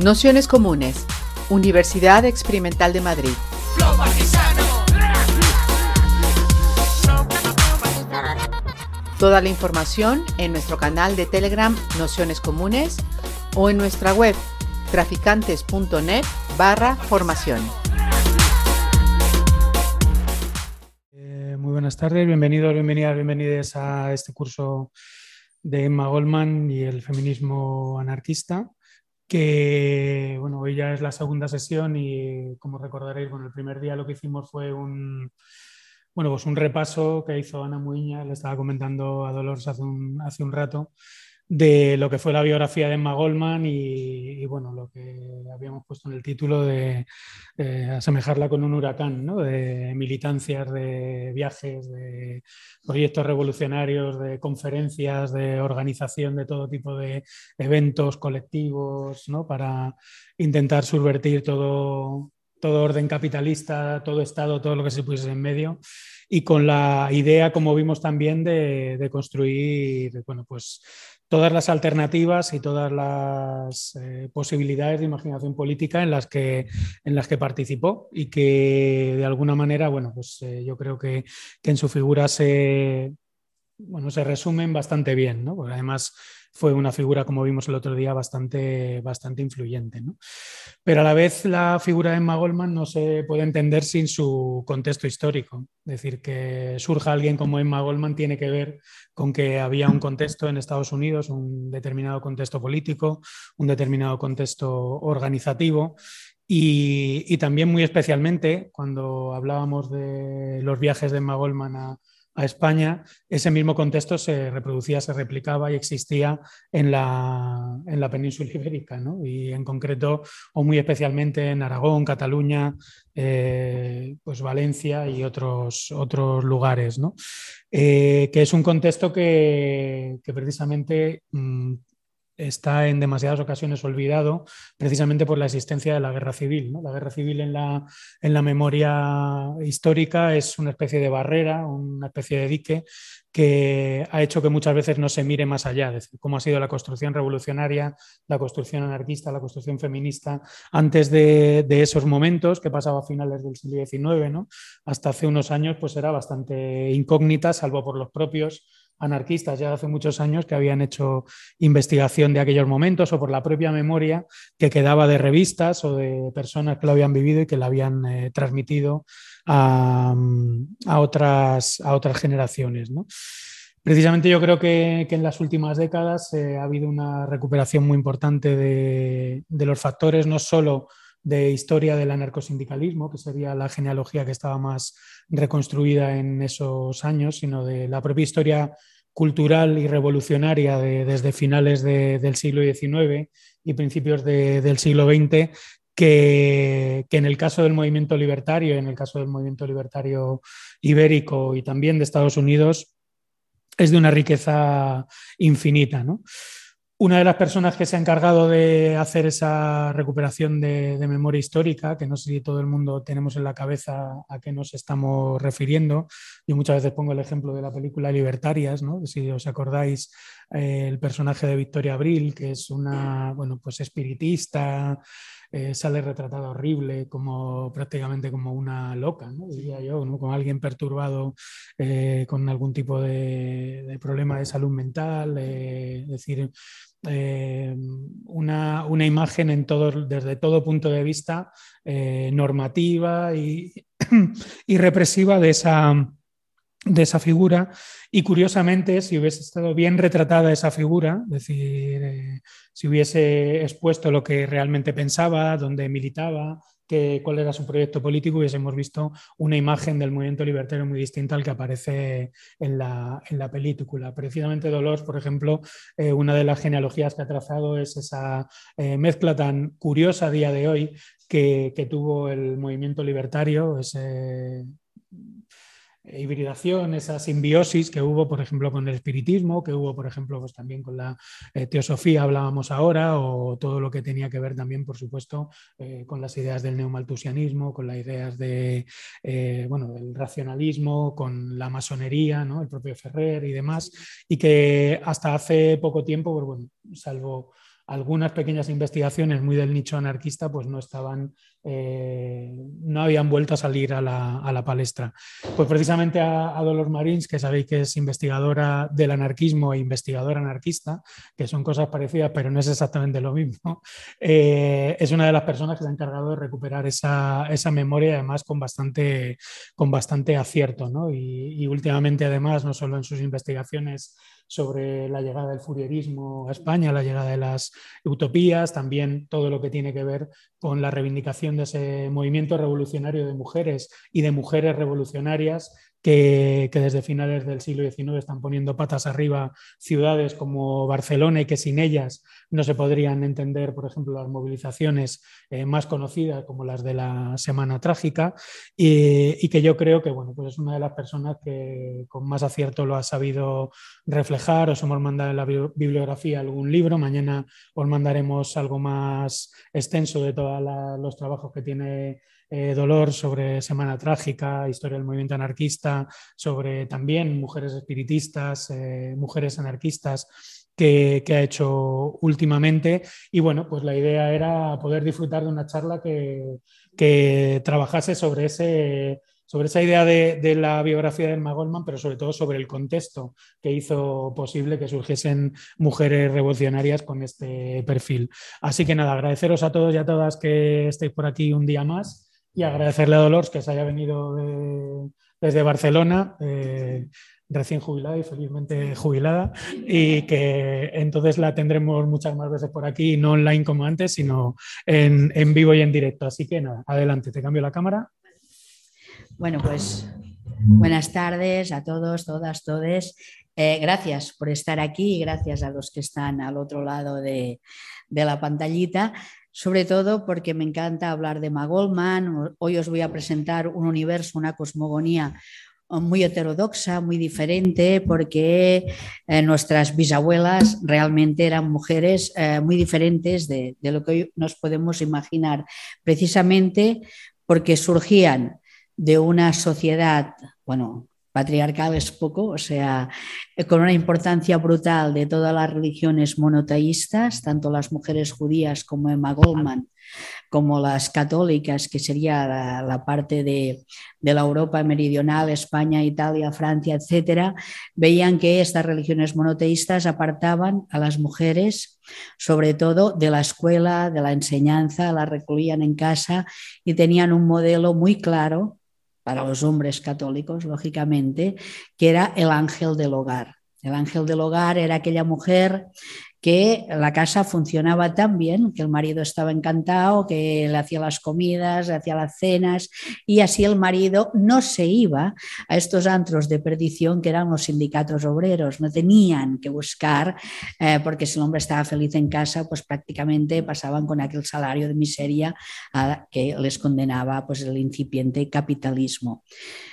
Nociones Comunes, Universidad Experimental de Madrid. Toda la información en nuestro canal de Telegram Nociones Comunes o en nuestra web traficantes.net/formación. Muy buenas tardes, bienvenidos, bienvenidas a este curso de Emma Goldman y el feminismo anarquista, que bueno, hoy ya es la segunda sesión y como recordaréis, bueno, el primer día lo que hicimos fue un repaso que hizo Ana Muiña, le estaba comentando a Dolores hace un rato, de lo que fue la biografía de Emma Goldman y bueno, lo que habíamos puesto en el título de asemejarla con un huracán, ¿no? De militancias, de viajes, de proyectos revolucionarios, de conferencias, de organización de todo tipo de eventos colectivos, ¿no? Para intentar subvertir todo orden capitalista, todo Estado, todo lo que se pusiese en medio, y con la idea, como vimos también, de construir, bueno, pues todas las alternativas y todas las posibilidades de imaginación política en las que participó y que de alguna manera, bueno, pues yo creo que en su figura se resumen bastante bien, ¿no? Porque además fue una figura, como vimos el otro día, bastante influyente, ¿no? Pero a la vez la figura de Emma Goldman no se puede entender sin su contexto histórico. Es decir, que surja alguien como Emma Goldman tiene que ver con que había un contexto en Estados Unidos, un determinado contexto político, un determinado contexto organizativo. Y también muy especialmente cuando hablábamos de los viajes de Emma Goldman a España, ese mismo contexto se reproducía, se replicaba y existía en la península ibérica, ¿no? Y en concreto, o muy especialmente en Aragón, Cataluña, pues Valencia y otros lugares, ¿no? Que es un contexto que precisamente está en demasiadas ocasiones olvidado precisamente por la existencia de la guerra civil, ¿no? La guerra civil en la memoria histórica es una especie de barrera, una especie de dique que ha hecho que muchas veces no se mire más allá, es decir, cómo ha sido la construcción revolucionaria, la construcción anarquista, la construcción feminista antes de esos momentos que pasaba a finales del siglo XIX, ¿no? Hasta hace unos años pues era bastante incógnita, salvo por los propios anarquistas ya hace muchos años que habían hecho investigación de aquellos momentos o por la propia memoria que quedaba de revistas o de personas que lo habían vivido y que la habían transmitido a otras generaciones, ¿no? Precisamente yo creo que en las últimas décadas ha habido una recuperación muy importante de los factores, no solo de historia del anarcosindicalismo, que sería la genealogía que estaba más reconstruida en esos años, sino de la propia historia cultural y revolucionaria desde finales del siglo XIX y principios del siglo XX, que en el caso del movimiento libertario, en el caso del movimiento libertario ibérico y también de Estados Unidos, es de una riqueza infinita, ¿no? Una de las personas que se ha encargado de hacer esa recuperación de memoria histórica, que no sé si todo el mundo tenemos en la cabeza a qué nos estamos refiriendo, yo muchas veces pongo el ejemplo de la película Libertarias, ¿no? Si os acordáis, el personaje de Victoria Abril, que es una, bueno, pues espiritista, sale retratada horrible, como prácticamente como una loca, ¿no? Diría yo, ¿no? Como alguien perturbado con algún tipo de problema de salud mental, es decir, una imagen desde todo punto de vista normativa y represiva de esa figura. Y curiosamente, si hubiese estado bien retratada esa figura, es decir, si hubiese expuesto lo que realmente pensaba, dónde militaba, cuál era su proyecto político, hubiésemos visto una imagen del movimiento libertario muy distinta al que aparece en la película. Precisamente Dolors, por ejemplo, una de las genealogías que ha trazado es esa mezcla tan curiosa a día de hoy que tuvo el movimiento libertario, ese hibridación, esa simbiosis que hubo, por ejemplo, con el espiritismo, que hubo, por ejemplo, pues también con la teosofía, hablábamos ahora, o todo lo que tenía que ver también, por supuesto, con las ideas del neomalthusianismo, con las ideas del racionalismo, con la masonería, ¿no? El propio Ferrer y demás, y que hasta hace poco tiempo, pues bueno, salvo algunas pequeñas investigaciones muy del nicho anarquista pues no habían vuelto a salir a la palestra. Pues precisamente a Dolors Marins, que sabéis que es investigadora del anarquismo e investigadora anarquista, que son cosas parecidas pero no es exactamente lo mismo, es una de las personas que se ha encargado de recuperar esa memoria, además con bastante acierto, ¿no? Y últimamente además, no solo en sus investigaciones sobre la llegada del fourierismo a España, la llegada de las utopías, también todo lo que tiene que ver con la reivindicación de ese movimiento revolucionario de mujeres y de mujeres revolucionarias que desde finales del siglo XIX están poniendo patas arriba ciudades como Barcelona y que sin ellas no se podrían entender, por ejemplo, las movilizaciones más conocidas como las de la Semana Trágica y que yo creo que bueno, pues es una de las personas que con más acierto lo ha sabido reflejar. Os hemos mandado en la bibliografía algún libro, mañana os mandaremos algo más extenso de todos los trabajos que tiene Dolors sobre Semana Trágica, historia del movimiento anarquista, sobre también mujeres espiritistas, mujeres anarquistas que ha hecho últimamente. Y bueno, pues la idea era poder disfrutar de una charla que trabajase sobre esa idea de la biografía de Emma Goldman, pero sobre todo sobre el contexto que hizo posible que surgiesen mujeres revolucionarias con este perfil. Así que nada, agradeceros a todos y a todas que estéis por aquí un día más y agradecerle a Dolors que se haya venido desde Barcelona, recién jubilada y felizmente jubilada, y que entonces la tendremos muchas más veces por aquí, no online como antes, sino en vivo y en directo. Así que nada, adelante, te cambio la cámara. Bueno, pues buenas tardes a todos, todas, todes. Gracias por estar aquí y gracias a los que están al otro lado de la pantallita, sobre todo porque me encanta hablar de Emma Goldman. Hoy os voy a presentar un universo, una cosmogonía muy heterodoxa, muy diferente, porque nuestras bisabuelas realmente eran mujeres muy diferentes de lo que hoy nos podemos imaginar, precisamente porque surgían de una sociedad, bueno, patriarcal es poco, o sea, con una importancia brutal de todas las religiones monoteístas, tanto las mujeres judías como Emma Goldman, como las católicas, que sería la parte de la Europa meridional, España, Italia, Francia, etcétera, veían que estas religiones monoteístas apartaban a las mujeres, sobre todo de la escuela, de la enseñanza, las recluían en casa y tenían un modelo muy claro para los hombres católicos, lógicamente, que era el ángel del hogar. El ángel del hogar era aquella mujer que la casa funcionaba tan bien, que el marido estaba encantado, que le hacía las comidas, le hacía las cenas, y así el marido no se iba a estos antros de perdición que eran los sindicatos obreros, no tenían que buscar, porque si el hombre estaba feliz en casa, pues prácticamente pasaban con aquel salario de miseria que les condenaba pues el incipiente capitalismo.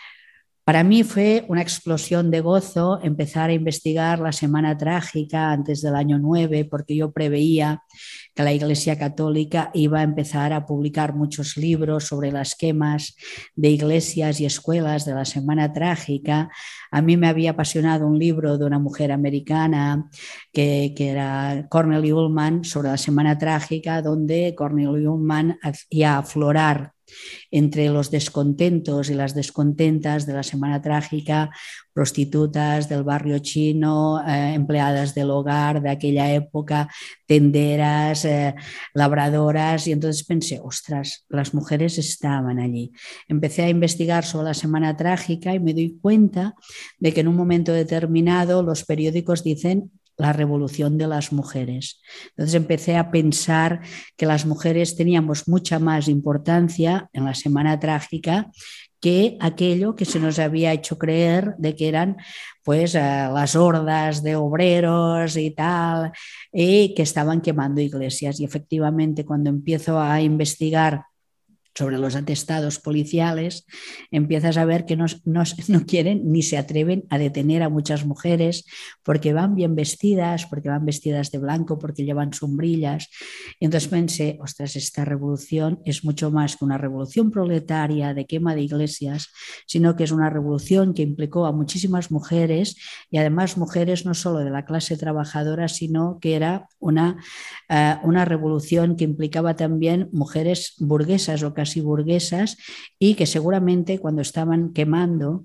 Para mí fue una explosión de gozo empezar a investigar la Semana Trágica antes del año 9, porque yo preveía que la Iglesia Católica iba a empezar a publicar muchos libros sobre las quemas de iglesias y escuelas de la Semana Trágica. A mí me había apasionado un libro de una mujer americana que era Cornelia Ullman sobre la Semana Trágica, donde Cornelia Ullman hacía aflorar entre los descontentos y las descontentas de la Semana Trágica, prostitutas del barrio chino, empleadas del hogar de aquella época, tenderas, labradoras, y entonces pensé, ostras, las mujeres estaban allí. Empecé a investigar sobre la Semana Trágica y me doy cuenta de que en un momento determinado los periódicos dicen la revolución de las mujeres. Entonces empecé a pensar que las mujeres teníamos mucha más importancia en la Semana Trágica que aquello que se nos había hecho creer de que eran pues las hordas de obreros y tal, y que estaban quemando iglesias. Y efectivamente, cuando empiezo a investigar sobre los atestados policiales, empiezas a ver que no quieren ni se atreven a detener a muchas mujeres porque van bien vestidas, porque van vestidas de blanco, porque llevan sombrillas. Y entonces pensé, ostras, esta revolución es mucho más que una revolución proletaria de quema de iglesias, sino que es una revolución que implicó a muchísimas mujeres, y además mujeres no solo de la clase trabajadora, sino que era una revolución que implicaba también mujeres burguesas o casi burguesas, y que seguramente cuando estaban quemando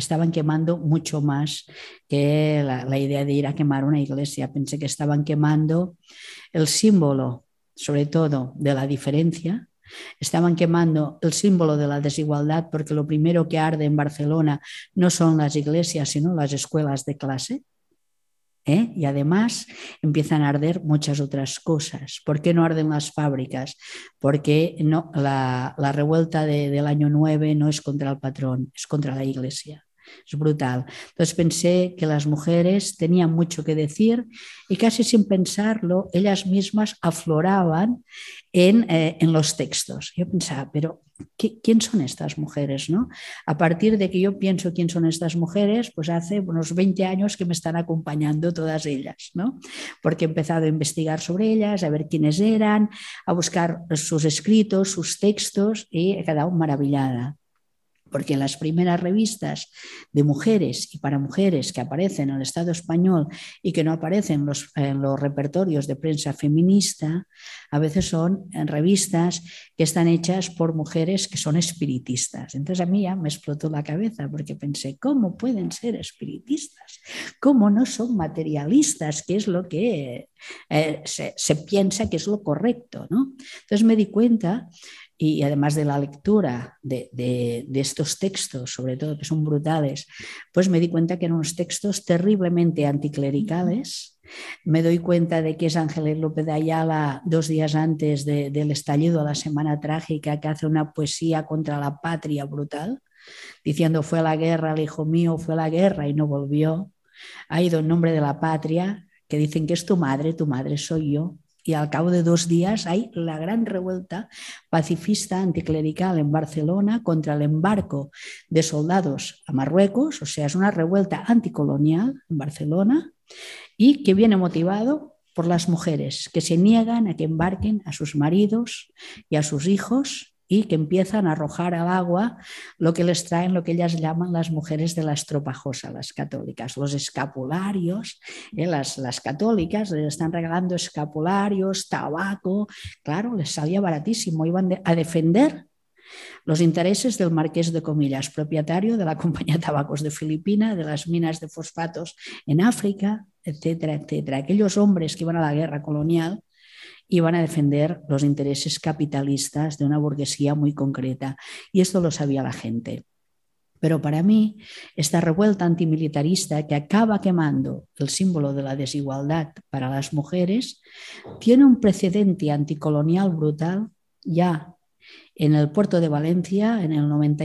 mucho más que la idea de ir a quemar una iglesia. Pensé que estaban quemando el símbolo, sobre todo, de la diferencia. Estaban quemando el símbolo de la desigualdad, porque lo primero que arde en Barcelona no son las iglesias, sino las escuelas de clase. Y además empiezan a arder muchas otras cosas. ¿Por qué no arden las fábricas? Porque no, la revuelta del año 9 no es contra el patrón, es contra la iglesia. Es brutal. Entonces pensé que las mujeres tenían mucho que decir, y casi sin pensarlo, ellas mismas afloraban en los textos. Yo pensaba, pero ¿quién son estas mujeres? ¿No? A partir de que yo pienso quién son estas mujeres, pues hace unos 20 años que me están acompañando todas ellas, ¿no? Porque he empezado a investigar sobre ellas, a ver quiénes eran, a buscar sus escritos, sus textos, y he quedado maravillada. Porque en las primeras revistas de mujeres y para mujeres que aparecen en el Estado español y que no aparecen en los repertorios de prensa feminista, a veces son en revistas que están hechas por mujeres que son espiritistas. Entonces a mí ya me explotó la cabeza, porque pensé, ¿cómo pueden ser espiritistas? ¿Cómo no son materialistas? Que es lo que se piensa que es lo correcto, ¿no? Entonces me di cuenta, y además de la lectura de estos textos, sobre todo que son brutales, pues me di cuenta que eran unos textos terriblemente anticlericales. Me doy cuenta de que es Ángeles López de Ayala, 2 días antes del estallido, la Semana Trágica, que hace una poesía contra la patria brutal, diciendo: fue a la guerra, el hijo mío fue a la guerra y no volvió, ha ido en nombre de la patria, que dicen que es tu madre soy yo. Y al cabo de 2 días hay la gran revuelta pacifista anticlerical en Barcelona contra el embarco de soldados a Marruecos. O sea, es una revuelta anticolonial en Barcelona, y que viene motivado por las mujeres que se niegan a que embarquen a sus maridos y a sus hijos, y que empiezan a arrojar al agua lo que les traen, lo que ellas llaman las mujeres de la estropajosa, las católicas, los escapularios. Las católicas les están regalando escapularios, tabaco, claro, les salía baratísimo, iban a defender los intereses del marqués de Comillas, propietario de la compañía Tabacos de Filipina, de las minas de fosfatos en África, etcétera, etcétera. Aquellos hombres que iban a la guerra colonial iban a defender los intereses capitalistas de una burguesía muy concreta, y esto lo sabía la gente. Pero para mí, esta revuelta antimilitarista que acaba quemando el símbolo de la desigualdad para las mujeres tiene un precedente anticolonial brutal ya en el puerto de Valencia en el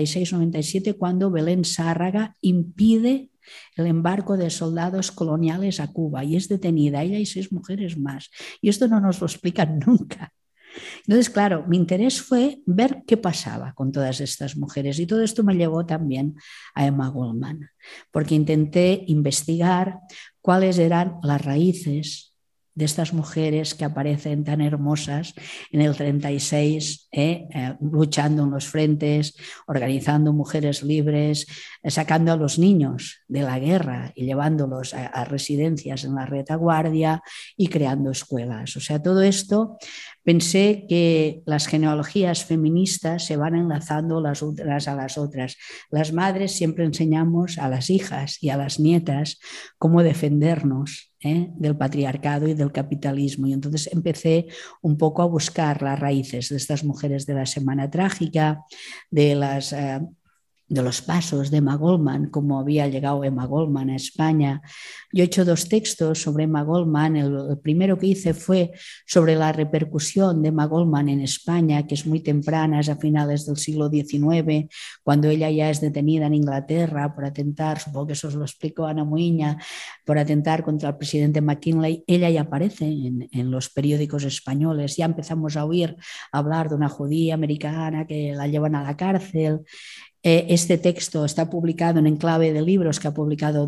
96-97, cuando Belén Sárraga impide el embarco de soldados coloniales a Cuba y es detenida, ella y 6 mujeres más. Y esto no nos lo explican nunca. Entonces, claro, mi interés fue ver qué pasaba con todas estas mujeres, y todo esto me llevó también a Emma Goldman, porque intenté investigar cuáles eran las raíces de estas mujeres que aparecen tan hermosas en el 36, luchando en los frentes, organizando mujeres libres, sacando a los niños de la guerra y llevándolos a residencias en la retaguardia y creando escuelas. O sea, todo esto, pensé que las genealogías feministas se van enlazando las unas a las otras. Las madres siempre enseñamos a las hijas y a las nietas cómo defendernos del patriarcado y del capitalismo. Y entonces empecé un poco a buscar las raíces de estas mujeres de la Semana Trágica, de de los pasos de Emma Goldman, cómo había llegado Emma Goldman a España. Yo he hecho 2 textos sobre Emma Goldman. El primero que hice fue sobre la repercusión de Emma Goldman en España, que es muy temprana, es a finales del siglo XIX, cuando ella ya es detenida en Inglaterra por atentar, supongo que eso os lo explicó Ana Muiña, por atentar contra el presidente McKinley. Ella ya aparece en los periódicos españoles, ya empezamos a oír hablar de una judía americana que la llevan a la cárcel. Este texto está publicado en Enclave de Libros, que ha publicado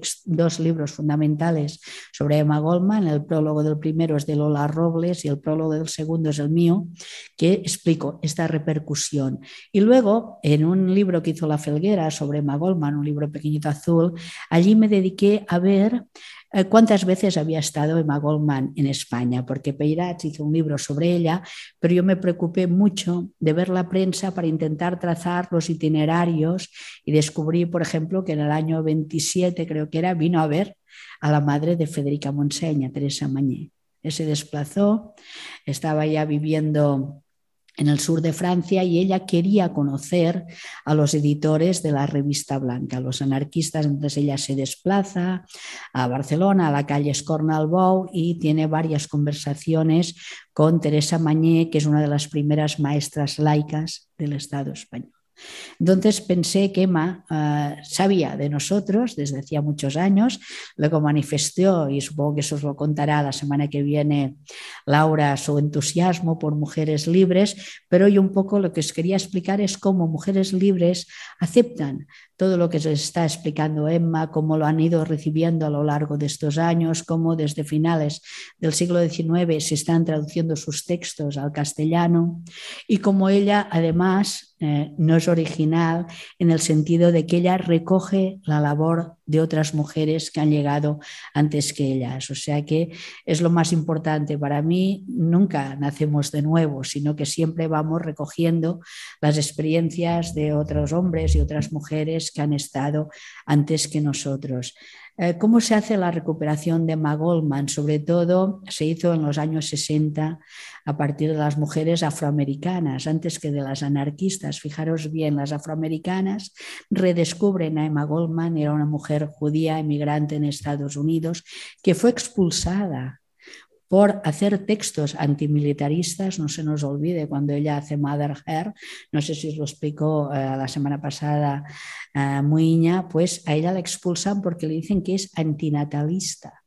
2 libros fundamentales sobre Emma Goldman. El prólogo del primero es de Lola Robles y el prólogo del segundo es el mío, que explico esta repercusión. Y luego, en un libro que hizo La Felguera sobre Emma Goldman, un libro pequeñito azul, allí me dediqué a ver cuántas veces había estado Emma Goldman en España, porque Peirats hizo un libro sobre ella, pero yo me preocupé mucho de ver la prensa para intentar trazar los itinerarios y descubrí, por ejemplo, que en el año 27, creo que era, vino a ver a la madre de Federica Montseny, a Teresa Mañé. Se desplazó, estaba ya viviendo en el sur de Francia y ella quería conocer a los editores de la Revista Blanca, los anarquistas. Entonces ella se desplaza a Barcelona, a la calle Escornalbou, y tiene varias conversaciones con Teresa Mañé, que es una de las primeras maestras laicas del Estado español. Entonces pensé que Emma sabía de nosotros desde hacía muchos años, luego manifestó, y supongo que eso os lo contará la semana que viene Laura, su entusiasmo por Mujeres Libres, pero hoy un poco lo que os quería explicar es cómo Mujeres Libres aceptan todo lo que se está explicando Emma, cómo lo han ido recibiendo a lo largo de estos años, cómo desde finales del siglo XIX se están traduciendo sus textos al castellano y cómo ella además no es original en el sentido de que ella recoge la labor de otras mujeres que han llegado antes que ellas. O sea que es lo más importante para mí. Nunca nacemos de nuevo, sino que siempre vamos recogiendo las experiencias de otros hombres y otras mujeres que han estado antes que nosotros. ¿Cómo se hace la recuperación de Emma Goldman? Sobre todo se hizo en los años 60 a partir de las mujeres afroamericanas, antes que de las anarquistas. Fijaros bien, las afroamericanas redescubren a Emma Goldman, era una mujer judía emigrante en Estados Unidos que fue expulsada por hacer textos antimilitaristas. No se nos olvide cuando ella hace Mother Earth, no sé si os lo explicó la semana pasada Muiña, pues a ella la expulsan porque le dicen que es antinatalista.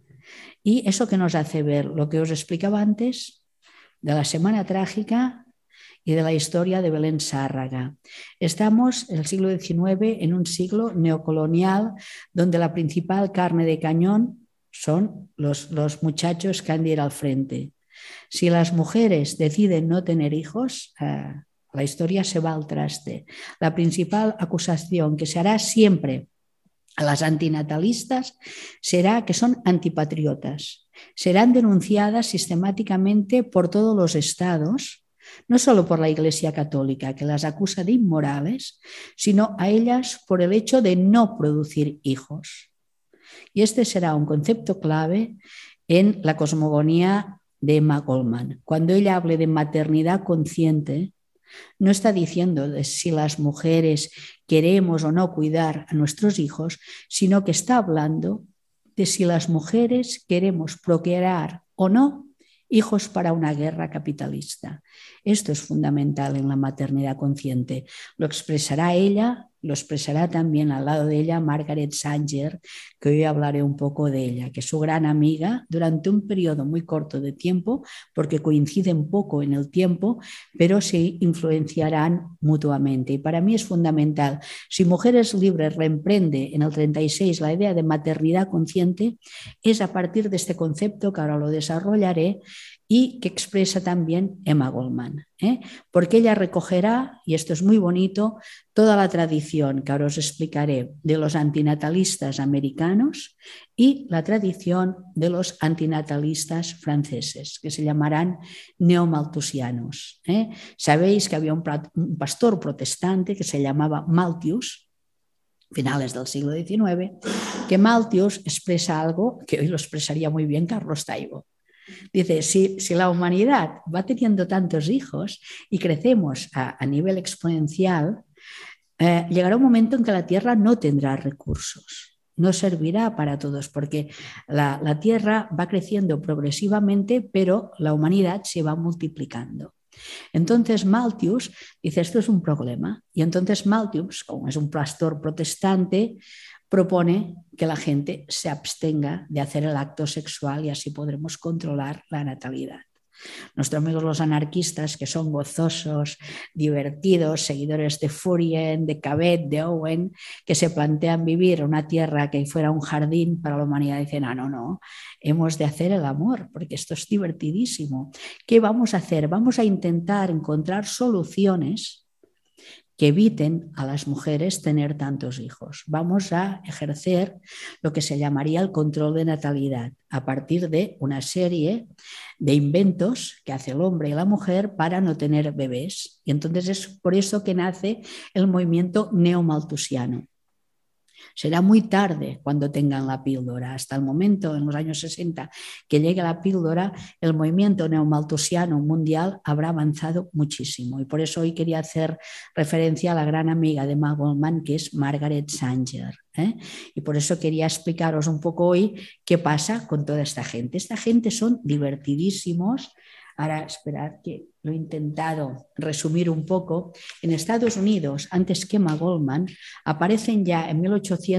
Y eso que nos hace ver lo que os explicaba antes de la Semana Trágica y de la historia de Belén Sárraga. Estamos en el siglo XIX, en un siglo neocolonial, donde la principal carne de cañón son los muchachos que han de ir al frente. Si las mujeres deciden no tener hijos, la historia se va al traste. La principal acusación que se hará siempre a las antinatalistas será que son antipatriotas. Serán denunciadas sistemáticamente por todos los estados, no solo por la Iglesia Católica, que las acusa de inmorales, sino a ellas por el hecho de no producir hijos. Y este será un concepto clave en la cosmogonía de Emma Goldman. Cuando ella hable de maternidad consciente, no está diciendo de si las mujeres queremos o no cuidar a nuestros hijos, sino que está hablando de si las mujeres queremos procrear o no hijos para una guerra capitalista. Esto es fundamental en la maternidad consciente. Lo expresará ella, lo expresará también al lado de ella Margaret Sanger, que hoy hablaré un poco de ella, que es su gran amiga durante un periodo muy corto de tiempo, porque coinciden poco en el tiempo, pero se influenciarán mutuamente. Y para mí es fundamental. Si Mujeres Libres reemprende en el 36 la idea de maternidad consciente, es a partir de este concepto, que ahora lo desarrollaré, y que expresa también Emma Goldman, porque ella recogerá, y esto es muy bonito, toda la tradición que ahora os explicaré de los antinatalistas americanos y la tradición de los antinatalistas franceses, que se llamarán neomalthusianos. Sabéis que había un pastor protestante que se llamaba Malthus, finales del siglo XIX, que Malthus expresa algo que hoy lo expresaría muy bien Carlos Taibo. Dice, si la humanidad va teniendo tantos hijos y crecemos a nivel exponencial, llegará un momento en que la Tierra no tendrá recursos, no servirá para todos, porque la Tierra va creciendo progresivamente, pero la humanidad se va multiplicando. Entonces Malthus dice, esto es un problema. Y entonces Malthus, como es un pastor protestante, propone que la gente se abstenga de hacer el acto sexual y así podremos controlar la natalidad. Nuestros amigos los anarquistas, que son gozosos, divertidos, seguidores de Fourier, de Cabet, de Owen, que se plantean vivir en una tierra que fuera un jardín para la humanidad, dicen, no, hemos de hacer el amor, porque esto es divertidísimo. ¿Qué vamos a hacer? Vamos a intentar encontrar soluciones que eviten a las mujeres tener tantos hijos. Vamos a ejercer lo que se llamaría el control de natalidad a partir de una serie de inventos que hace el hombre y la mujer para no tener bebés. Y entonces es por eso que nace el movimiento neomalthusiano. Será muy tarde cuando tengan la píldora. Hasta el momento, en los años 60, que llegue la píldora, el movimiento neomalthusiano mundial habrá avanzado muchísimo. Y por eso hoy quería hacer referencia a la gran amiga de Emma Goldman, que es Margaret Sanger. Y por eso quería explicaros un poco hoy qué pasa con toda esta gente. Esta gente son divertidísimos. Ahora, esperad que lo he intentado resumir un poco. En Estados Unidos, antes que Emma Goldman, aparecen ya en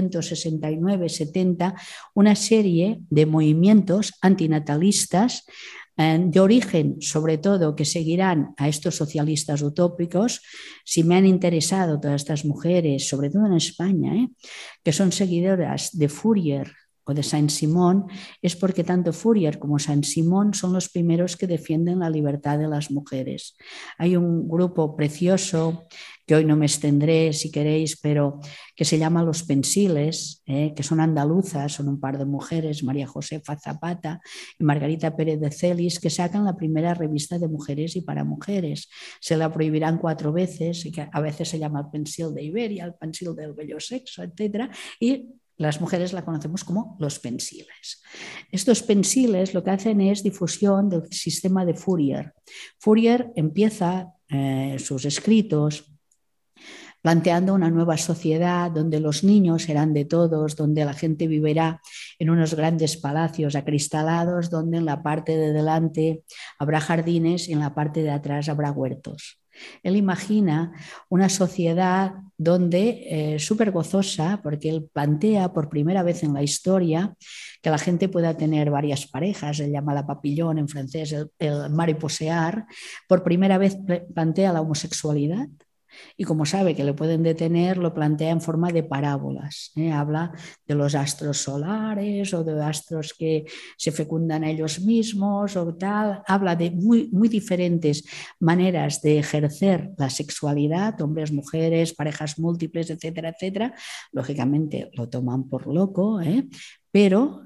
1869-70 una serie de movimientos antinatalistas de origen, sobre todo, que seguirán a estos socialistas utópicos. Si me han interesado todas estas mujeres, sobre todo en España, que son seguidoras de Fourier o de Saint-Simon, es porque tanto Fourier como Saint-Simon son los primeros que defienden la libertad de las mujeres. Hay un grupo precioso, que hoy no me extendré si queréis, pero que se llama Los Pensiles, que son andaluzas, son un par de mujeres, María Josefa Zapata y Margarita Pérez de Celis, que sacan la primera revista de mujeres y para mujeres. Se la prohibirán 4 veces, y que a veces se llama el Pensil de Iberia, el Pensil del Bello Sexo, etc. Y las mujeres la conocemos como los pensiles. Estos pensiles lo que hacen es difusión del sistema de Fourier. Fourier empieza sus escritos planteando una nueva sociedad donde los niños serán de todos, donde la gente vivirá en unos grandes palacios acristalados, donde en la parte de delante habrá jardines y en la parte de atrás habrá huertos. Él imagina una sociedad donde súper gozosa, porque él plantea por primera vez en la historia que la gente pueda tener varias parejas, él llama la papillon en francés, el mariposear, por primera vez plantea la homosexualidad. Y como sabe que le pueden detener, lo plantea en forma de parábolas. Habla de los astros solares o de astros que se fecundan ellos mismos o tal. Habla de muy diferentes maneras de ejercer la sexualidad, hombres, mujeres, parejas múltiples, etcétera, etcétera. Lógicamente lo toman por loco, pero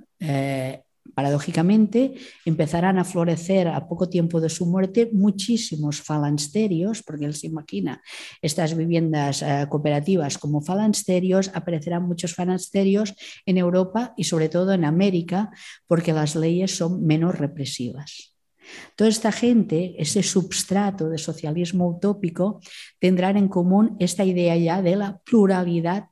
paradójicamente empezarán a florecer a poco tiempo de su muerte muchísimos falansterios, porque él se imagina estas viviendas cooperativas como falansterios. Aparecerán muchos falansterios en Europa y sobre todo en América, porque las leyes son menos represivas. Toda esta gente, ese substrato de socialismo utópico, tendrán en común esta idea ya de la pluralidad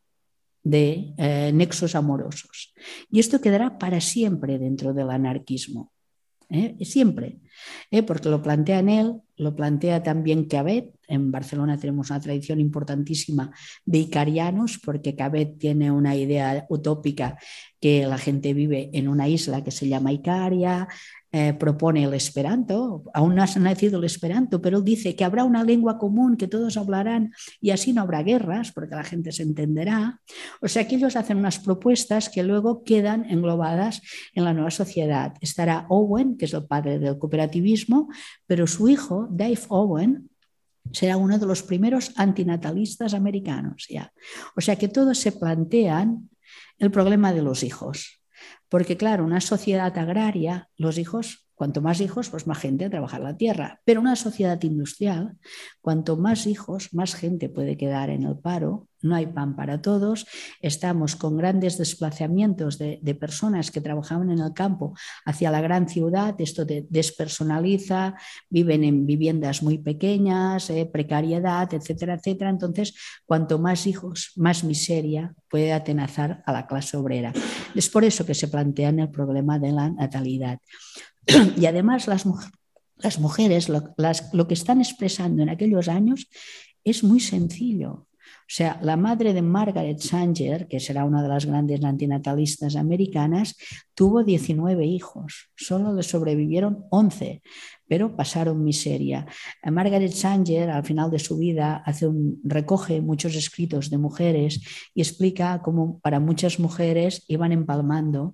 de nexos amorosos. Y esto quedará para siempre dentro del anarquismo. Siempre, porque lo plantea en él, lo plantea también Cabet. En Barcelona tenemos una tradición importantísima de icarianos, porque Cabet tiene una idea utópica que la gente vive en una isla que se llama Icaria. Propone el esperanto, aún no ha nacido el esperanto, pero él dice que habrá una lengua común que todos hablarán y así no habrá guerras porque la gente se entenderá. O sea que ellos hacen unas propuestas que luego quedan englobadas en la nueva sociedad. Estará Owen, que es el padre del cooperativismo, pero su hijo, Dave Owen, será uno de los primeros antinatalistas americanos ya. O sea que todos se plantean el problema de los hijos. Porque claro, una sociedad agraria, los hijos Cuanto más hijos, pues más gente a trabajar la tierra. Pero una sociedad industrial, cuanto más hijos, más gente puede quedar en el paro. No hay pan para todos. Estamos con grandes desplazamientos de personas que trabajaban en el campo hacia la gran ciudad. Esto despersonaliza, viven en viviendas muy pequeñas, precariedad, etcétera, etcétera. Entonces, cuanto más hijos, más miseria puede atenazar a la clase obrera. Es por eso que se plantean el problema de la natalidad. Y además las mujeres lo que están expresando en aquellos años es muy sencillo. O sea, la madre de Margaret Sanger, que será una de las grandes antinatalistas americanas, tuvo 19 hijos, solo le sobrevivieron 11, pero pasaron miseria. Margaret Sanger, al final de su vida, recoge muchos escritos de mujeres y explica cómo para muchas mujeres iban empalmando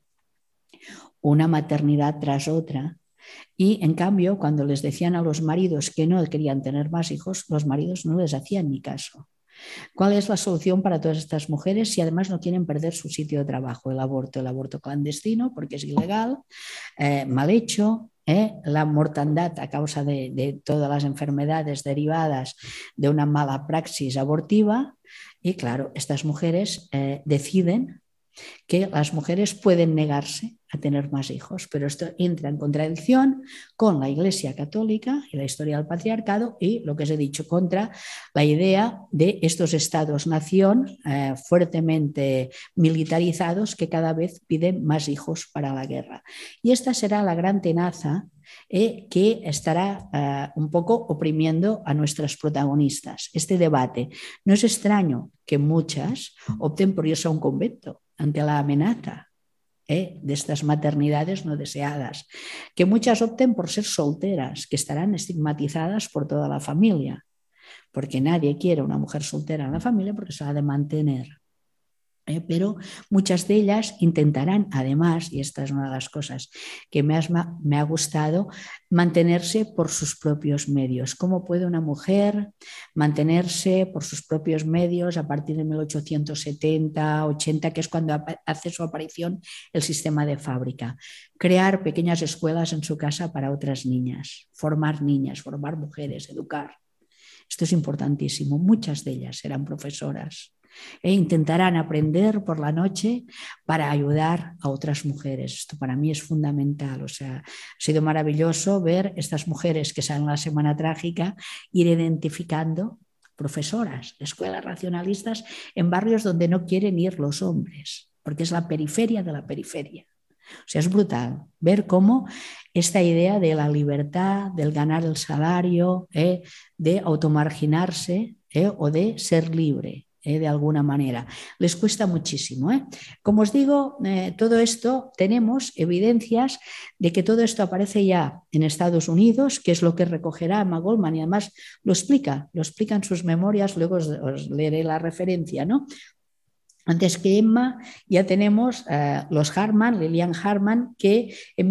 una maternidad tras otra. Y en cambio, cuando les decían a los maridos que no querían tener más hijos, los maridos no les hacían ni caso. ¿Cuál es la solución para todas estas mujeres si además no quieren perder su sitio de trabajo? El aborto clandestino, porque es ilegal, mal hecho, la mortandad a causa de todas las enfermedades derivadas de una mala praxis abortiva. Y claro, estas mujeres deciden que las mujeres pueden negarse a tener más hijos, pero esto entra en contradicción con la Iglesia Católica y la historia del patriarcado y lo que os he dicho, contra la idea de estos estados-nación fuertemente militarizados que cada vez piden más hijos para la guerra. Y esta será la gran tenaza que estará un poco oprimiendo a nuestras protagonistas. Este debate. No es extraño que muchas opten por irse a un convento ante la amenaza de estas maternidades no deseadas, que muchas opten por ser solteras, que estarán estigmatizadas por toda la familia, porque nadie quiere una mujer soltera en la familia porque se ha de mantener. Pero muchas de ellas intentarán, además, y esta es una de las cosas que me ha gustado, mantenerse por sus propios medios. ¿Cómo puede una mujer mantenerse por sus propios medios a partir de 1870, 80, que es cuando hace su aparición el sistema de fábrica? Crear pequeñas escuelas en su casa para otras niñas, formar mujeres, educar. Esto es importantísimo. Muchas de ellas serán profesoras e intentarán aprender por la noche para ayudar a otras mujeres. Esto para mí es fundamental. O sea, ha sido maravilloso ver estas mujeres que salen la Semana Trágica ir identificando profesoras de escuelas racionalistas en barrios donde no quieren ir los hombres, porque es la periferia de la periferia. O sea, es brutal ver cómo esta idea de la libertad, del ganar el salario, de automarginarse o de ser libre, de alguna manera. Les cuesta muchísimo. Como os digo, todo esto, tenemos evidencias de que todo esto aparece ya en Estados Unidos, que es lo que recogerá Emma Goldman y además lo explica en sus memorias, luego os leeré la referencia, ¿no? Antes que Emma ya tenemos los Harman, Lillian Harman, que en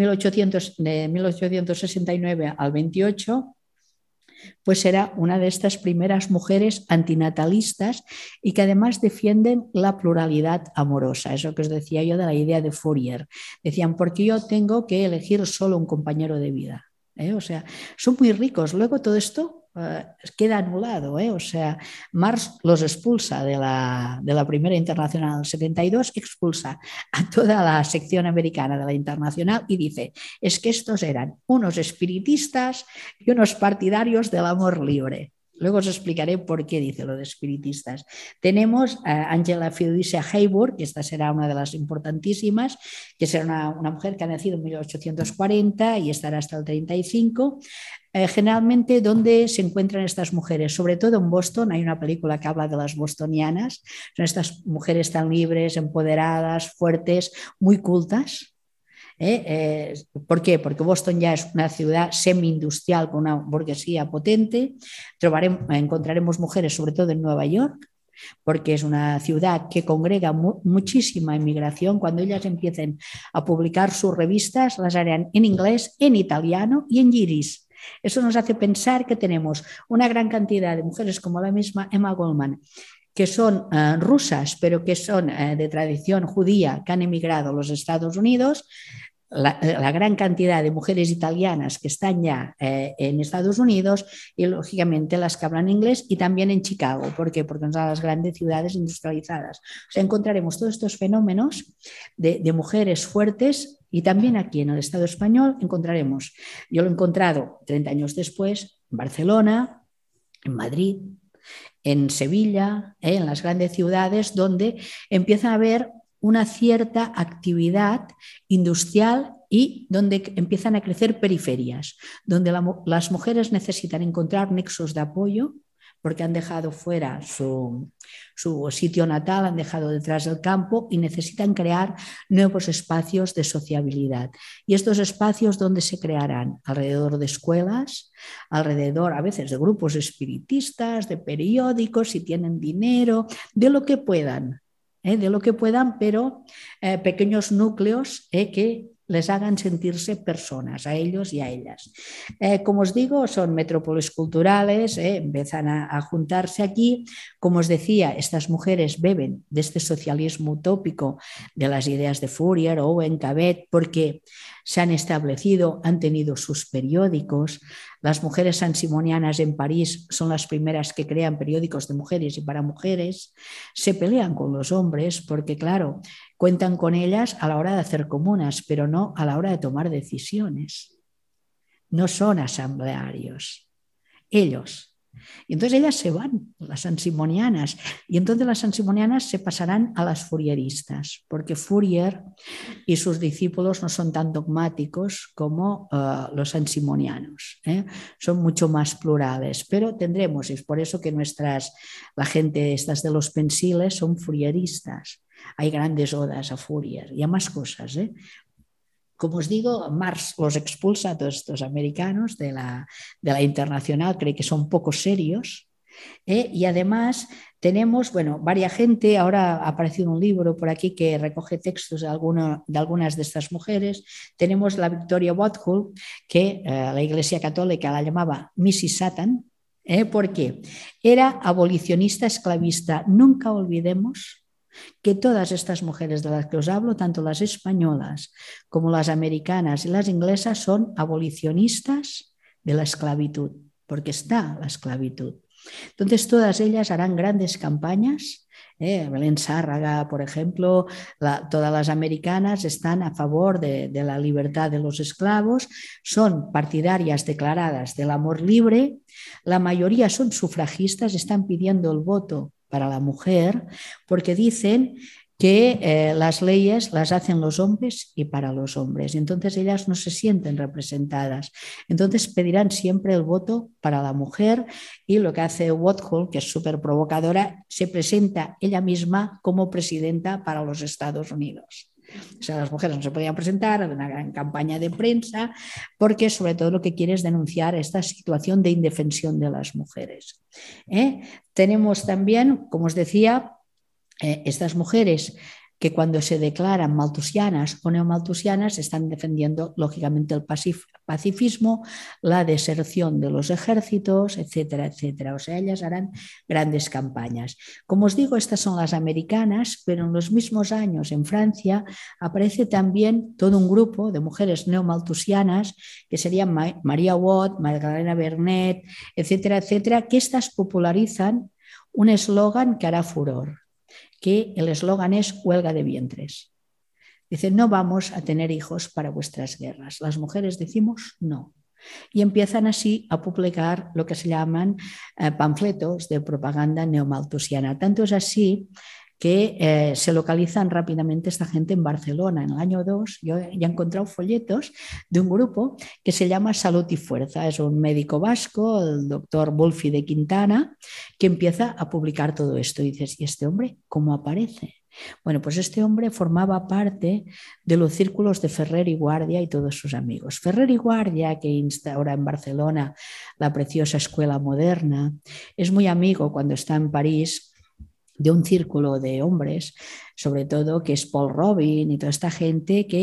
1869 al 28 pues era una de estas primeras mujeres antinatalistas y que además defienden la pluralidad amorosa, eso que os decía yo de la idea de Fourier. Decían, porque yo tengo que elegir solo un compañero de vida. O sea, son muy ricos. Luego todo esto queda anulado. O sea, Marx los expulsa de la primera internacional del 72, expulsa a toda la sección americana de la internacional y dice, es que estos eran unos espiritistas y unos partidarios del amor libre. Luego os explicaré por qué dice lo de espiritistas. Tenemos a Angela Theodosia Hayworth, que esta será una de las importantísimas, que será una mujer que ha nacido en 1840 y estará hasta el 35. Generalmente, ¿dónde se encuentran estas mujeres? Sobre todo en Boston, hay una película que habla de las bostonianas, son estas mujeres tan libres, empoderadas, fuertes, muy cultas. ¿Por qué? Porque Boston ya es una ciudad semi-industrial con una burguesía potente. Encontraremos mujeres, sobre todo en Nueva York, porque es una ciudad que congrega muchísima inmigración. Cuando ellas empiecen a publicar sus revistas, las harán en inglés, en italiano y en yiddish. Eso nos hace pensar que tenemos una gran cantidad de mujeres como la misma Emma Goldman, que son rusas, pero que son de tradición judía, que han emigrado a los Estados Unidos, la gran cantidad de mujeres italianas que están ya en Estados Unidos y lógicamente las que hablan inglés y también en Chicago. ¿Por qué? Porque son las grandes ciudades industrializadas. O sea, encontraremos todos estos fenómenos de mujeres fuertes y también aquí en el Estado español encontraremos, yo lo he encontrado 30 años después, en Barcelona, en Madrid, en Sevilla, en las grandes ciudades donde empieza a haber una cierta actividad industrial y donde empiezan a crecer periferias, donde las mujeres necesitan encontrar nexos de apoyo porque han dejado fuera su sitio natal, han dejado detrás del campo y necesitan crear nuevos espacios de sociabilidad. Y estos espacios, ¿dónde se crearán? Alrededor de escuelas, alrededor a veces de grupos espiritistas, de periódicos, si tienen dinero, de lo que puedan. De lo que puedan, pero pequeños núcleos que les hagan sentirse personas, a ellos y a ellas. Como os digo, son metrópolis culturales, empiezan a juntarse aquí. Como os decía, estas mujeres beben de este socialismo utópico, de las ideas de Fourier, Owen, Cabet, porque se han establecido, han tenido sus periódicos. Las mujeres sansimonianas en París son las primeras que crean periódicos de mujeres y para mujeres. Se pelean con los hombres porque, claro, cuentan con ellas a la hora de hacer comunas, pero no a la hora de tomar decisiones. No son asamblearios, ellos. Y entonces ellas se van, las sansimonianas, y entonces las sansimonianas se pasarán a las fourieristas, porque Fourier y sus discípulos no son tan dogmáticos como los sansimonianos, son mucho más plurales, pero tendremos, y es por eso que la gente estas de los pensiles son fourieristas. Hay grandes odas a Fourier y a más cosas. Como os digo, Marx los expulsa a todos estos americanos de la internacional, cree que son poco serios. Y además tenemos, bueno, varias gente, ahora ha aparecido un libro por aquí que recoge textos de algunas de estas mujeres. Tenemos la Victoria Woodhull, que la Iglesia Católica la llamaba Mrs. Satan, porque era abolicionista esclavista. Nunca olvidemos que todas estas mujeres de las que os hablo, tanto las españolas como las americanas y las inglesas, son abolicionistas de la esclavitud, porque está la esclavitud. Entonces todas ellas harán grandes campañas. Belén Sárraga, por ejemplo, todas las americanas están a favor de la libertad de los esclavos, son partidarias declaradas del amor libre, la mayoría son sufragistas, están pidiendo el voto para la mujer, porque dicen que las leyes las hacen los hombres y para los hombres. Y entonces ellas no se sienten representadas. Entonces pedirán siempre el voto para la mujer y lo que hace Woodhull, que es súper provocadora, se presenta ella misma como presidenta para los Estados Unidos. O sea, las mujeres no se podían presentar, era una gran campaña de prensa, porque sobre todo lo que quiere es denunciar esta situación de indefensión de las mujeres. Tenemos también, como os decía, estas mujeres que cuando se declaran malthusianas o neomalthusianas están defendiendo lógicamente el pacifismo, la deserción de los ejércitos, etcétera, etcétera. O sea, ellas harán grandes campañas. Como os digo, estas son las americanas, pero en los mismos años en Francia aparece también todo un grupo de mujeres neomalthusianas que serían María Watt, Magdalena Vernet, etcétera, etcétera, que estas popularizan un eslogan que hará furor, que el eslogan es huelga de vientres. Dicen, no vamos a tener hijos para vuestras guerras. Las mujeres decimos no. Y empiezan así a publicar lo que se llaman panfletos de propaganda neomalthusiana. Tanto es así que se localizan rápidamente esta gente en Barcelona. En el año 2 yo ya he encontrado folletos de un grupo que se llama Salud y Fuerza. Es un médico vasco, el doctor Wolfi de Quintana, que empieza a publicar todo esto. Y dices, ¿y este hombre cómo aparece? Bueno, pues este hombre formaba parte de los círculos de Ferrer y Guardia y todos sus amigos. Ferrer y Guardia, que instaura en Barcelona la preciosa escuela moderna, es muy amigo cuando está en París de un círculo de hombres, sobre todo que es Paul Robin y toda esta gente que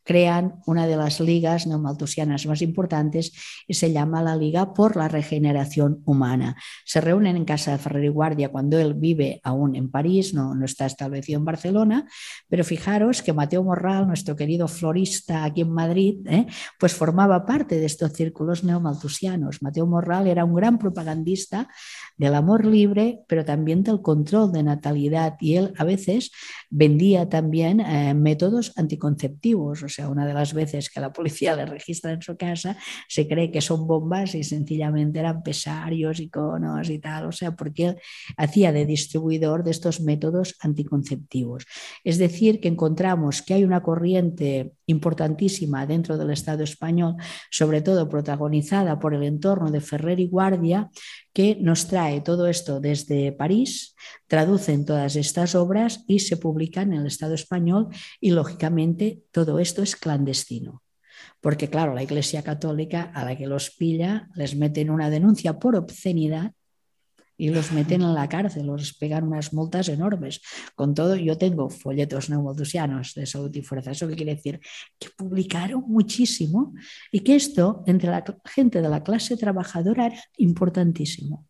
crean una de las ligas neomalthusianas más importantes y se llama la Liga por la Regeneración Humana. Se reúnen en casa de Ferrer y Guardia cuando él vive aún en París, no está establecido en Barcelona, pero fijaros que Mateo Morral, nuestro querido florista aquí en Madrid, pues formaba parte de estos círculos neomalthusianos. Mateo Morral era un gran propagandista del amor libre, pero también del control de natalidad, y él a veces vendía también métodos anticonceptivos. O sea, una de las veces que la policía le registra en su casa se cree que son bombas y sencillamente eran pesarios y conos y tal, o sea, porque él hacía de distribuidor de estos métodos anticonceptivos. Es decir, que encontramos que hay una corriente importantísima dentro del Estado español, sobre todo protagonizada por el entorno de Ferrer y Guardia, que nos trae todo esto desde París, traducen todas estas obras y se publican en el Estado español, y lógicamente todo esto es clandestino. Porque claro, la Iglesia Católica, a la que los pilla, les meten una denuncia por obscenidad y los meten en la cárcel, los pegan unas multas enormes. Con todo, yo tengo folletos neomalthusianos de Salud y Fuerza. ¿Eso qué quiere decir? Que publicaron muchísimo y que esto entre la gente de la clase trabajadora era importantísimo,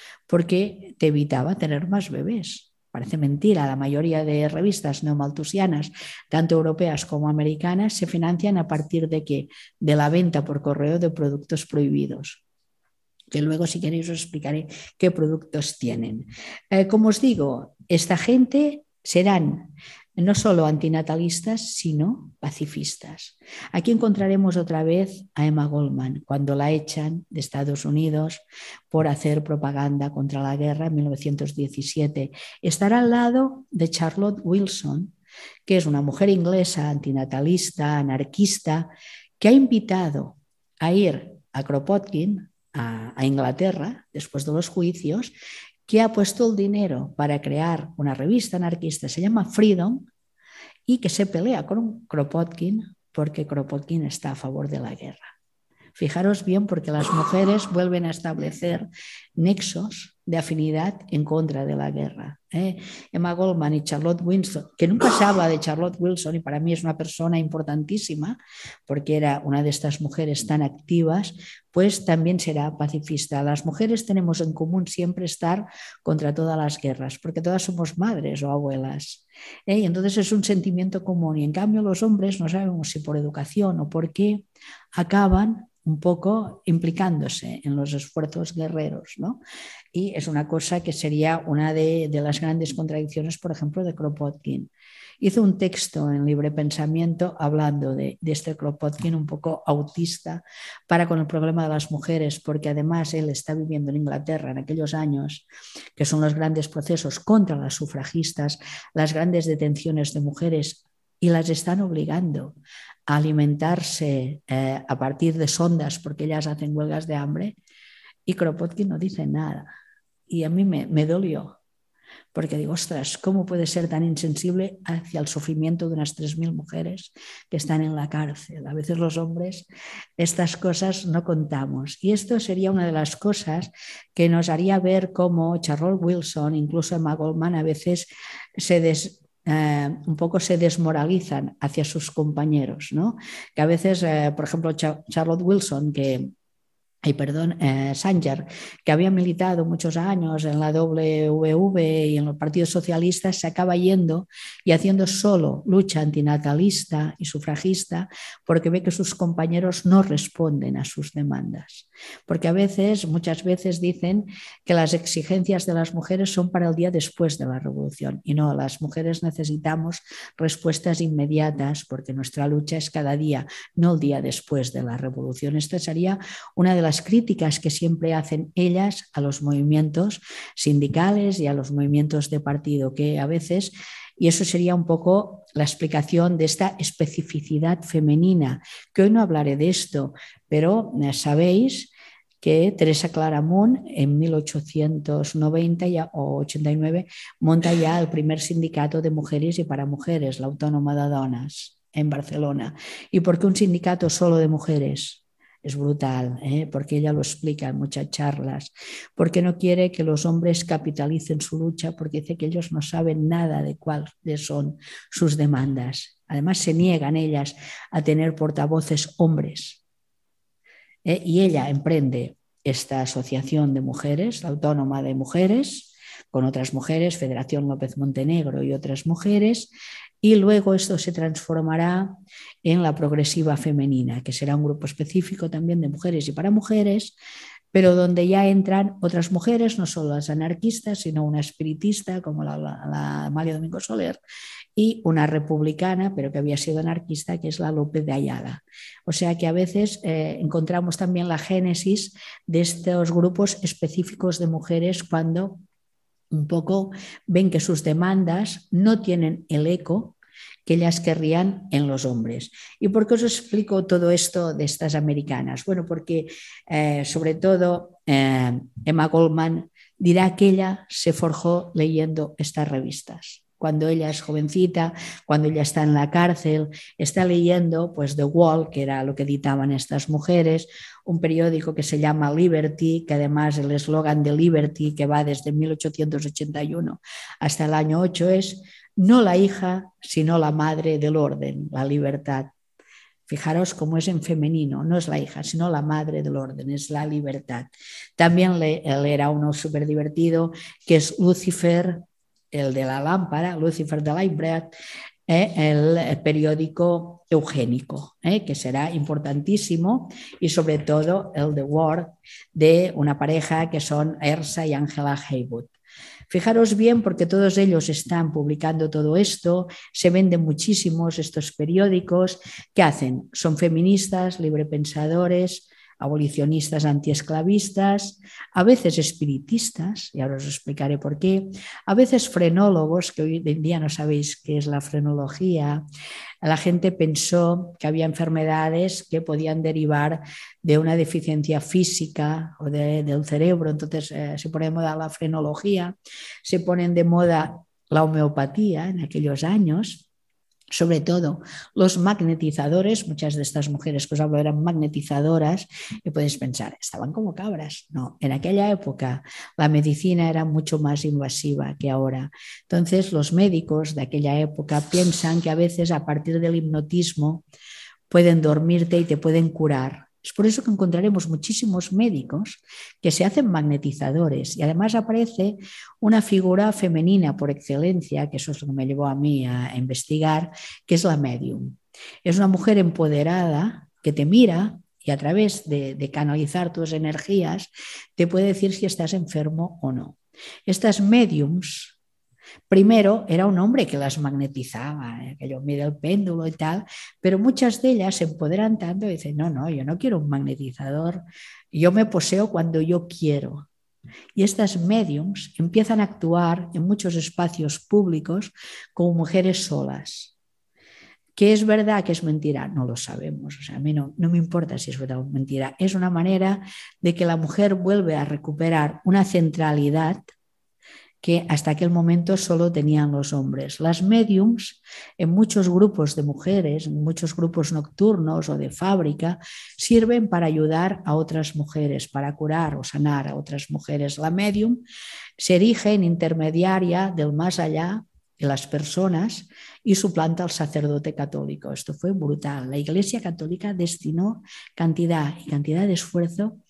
porque te evitaba tener más bebés. Parece mentira, la mayoría de revistas neomalthusianas, tanto europeas como americanas, se financian a partir de ¿qué? De la venta por correo de productos prohibidos, que luego si queréis os explicaré qué productos tienen. Como os digo, esta gente serán no solo antinatalistas, sino pacifistas. Aquí encontraremos otra vez a Emma Goldman, cuando la echan de Estados Unidos por hacer propaganda contra la guerra en 1917. Estará al lado de Charlotte Wilson, que es una mujer inglesa antinatalista, anarquista, que ha invitado a ir a Kropotkin, a Inglaterra, después de los juicios, que ha puesto el dinero para crear una revista anarquista, se llama Freedom, y que se pelea con Kropotkin porque Kropotkin está a favor de la guerra. Fijaros bien, porque las mujeres vuelven a establecer nexos de afinidad en contra de la guerra. Emma Goldman y Charlotte Wilson, que nunca se habla de Charlotte Wilson, y para mí es una persona importantísima porque era una de estas mujeres tan activas, pues también será pacifista. Las mujeres tenemos en común siempre estar contra todas las guerras, porque todas somos madres o abuelas. Y entonces es un sentimiento común, y en cambio los hombres no sabemos si por educación o por qué acaban un poco implicándose en los esfuerzos guerreros, ¿no? Y es una cosa que sería una de las grandes contradicciones, por ejemplo, de Kropotkin. Hizo un texto en Libre Pensamiento hablando de este Kropotkin un poco autista para con el problema de las mujeres, porque además él está viviendo en Inglaterra en aquellos años que son los grandes procesos contra las sufragistas, las grandes detenciones de mujeres, y las están obligando a alimentarse a partir de sondas porque ellas hacen huelgas de hambre, y Kropotkin no dice nada. Y a mí me dolió, porque digo, ostras, ¿cómo puede ser tan insensible hacia el sufrimiento de unas 3.000 mujeres que están en la cárcel? A veces los hombres estas cosas no contamos. Y esto sería una de las cosas que nos haría ver cómo Charlotte Wilson, incluso Emma Goldman, a veces un poco se desmoralizan hacia sus compañeros, ¿no? Que a veces, por ejemplo, Charlotte Wilson, Sanger, que había militado muchos años en la WV y en los partidos socialistas, se acaba yendo y haciendo solo lucha antinatalista y sufragista porque ve que sus compañeros no responden a sus demandas. Porque muchas veces dicen que las exigencias de las mujeres son para el día después de la revolución, y no, las mujeres necesitamos respuestas inmediatas porque nuestra lucha es cada día, no el día después de la revolución. Esta sería una de las críticas que siempre hacen ellas a los movimientos sindicales y a los movimientos de partido, que a veces, y eso sería un poco la explicación de esta especificidad femenina, que hoy no hablaré de esto, pero sabéis que Teresa Claramunt en 1890 o 89 monta ya el primer sindicato de mujeres y para mujeres, la Autònoma de Dones, en Barcelona. ¿Y por qué un sindicato solo de mujeres? Es brutal, porque ella lo explica en muchas charlas, porque no quiere que los hombres capitalicen su lucha, porque dice que ellos no saben nada de cuáles son sus demandas. Además, se niegan ellas a tener portavoces hombres. Y ella emprende esta asociación de mujeres, la Autónoma de Mujeres, con otras mujeres, Federación López Montenegro y otras mujeres, y luego esto se transformará en la Progresiva Femenina, que será un grupo específico también de mujeres y para mujeres, pero donde ya entran otras mujeres, no solo las anarquistas, sino una espiritista como la Amalia Domingo Soler y una republicana, pero que había sido anarquista, que es la López de Ayala. O sea que a veces encontramos también la génesis de estos grupos específicos de mujeres cuando un poco ven que sus demandas no tienen el eco que ellas querrían en los hombres. ¿Y por qué os explico todo esto de estas americanas? Bueno, porque sobre todo Emma Goldman dirá que ella se forjó leyendo estas revistas. Cuando ella es jovencita, cuando ella está en la cárcel, está leyendo pues, The Wall, que era lo que editaban estas mujeres, un periódico que se llama Liberty, que además el eslogan de Liberty, que va desde 1881 hasta el año 8, es no la hija, sino la madre del orden, la libertad. Fijaros cómo es en femenino, no es la hija, sino la madre del orden, es la libertad. También era uno súper divertido, que es Lucifer, el de la lámpara, Lucifer the Light Bread, el periódico eugénico, que será importantísimo, y sobre todo el The Word de una pareja que son Ersa y Angela Heywood. Fijaros bien porque todos ellos están publicando todo esto, se venden muchísimos estos periódicos. ¿Qué hacen? Son feministas, librepensadores, abolicionistas antiesclavistas, a veces espiritistas, y ahora os explicaré por qué, a veces frenólogos, que hoy en día no sabéis qué es la frenología. La gente pensó que había enfermedades que podían derivar de una deficiencia física o del cerebro, entonces se pone de moda la frenología, se ponen de moda la homeopatía en aquellos años. Sobre todo los magnetizadores, muchas de estas mujeres que os hablo eran magnetizadoras, y podéis pensar, estaban como cabras. No, en aquella época la medicina era mucho más invasiva que ahora. Entonces los médicos de aquella época piensan que a veces a partir del hipnotismo pueden dormirte y te pueden curar. Es por eso que encontraremos muchísimos médicos que se hacen magnetizadores, y además aparece una figura femenina por excelencia, que eso es lo que me llevó a mí a investigar, que es la medium. Es una mujer empoderada que te mira y a través de canalizar tus energías te puede decir si estás enfermo o no. Estas mediums, primero era un hombre que las magnetizaba, que yo mide el péndulo y tal, pero muchas de ellas se empoderan tanto y dicen, no, yo no quiero un magnetizador, yo me poseo cuando yo quiero. Y estas mediums empiezan a actuar en muchos espacios públicos como mujeres solas. ¿Qué es verdad, qué es mentira? No lo sabemos. O sea, a mí no me importa si es verdad o mentira. Es una manera de que la mujer vuelve a recuperar una centralidad que hasta aquel momento solo tenían los hombres. Las mediums, en muchos grupos de mujeres, en muchos grupos nocturnos o de fábrica, sirven para ayudar a otras mujeres, para curar o sanar a otras mujeres. La medium se erige en intermediaria del más allá de las personas y suplanta al sacerdote católico. Esto fue brutal. La Iglesia Católica destinó cantidad de esfuerzo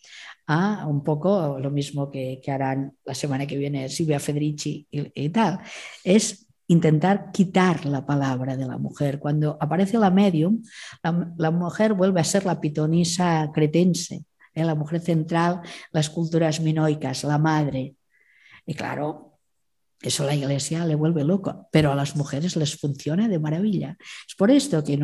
a un poco lo mismo que harán la semana que viene Silvia Federici y tal, es intentar quitar la palabra de la mujer. Cuando aparece la medium, la mujer vuelve a ser la pitonisa cretense, la mujer central, las culturas minoicas, la madre. Y claro, eso a la Iglesia le vuelve loco, pero a las mujeres les funciona de maravilla. Es por esto que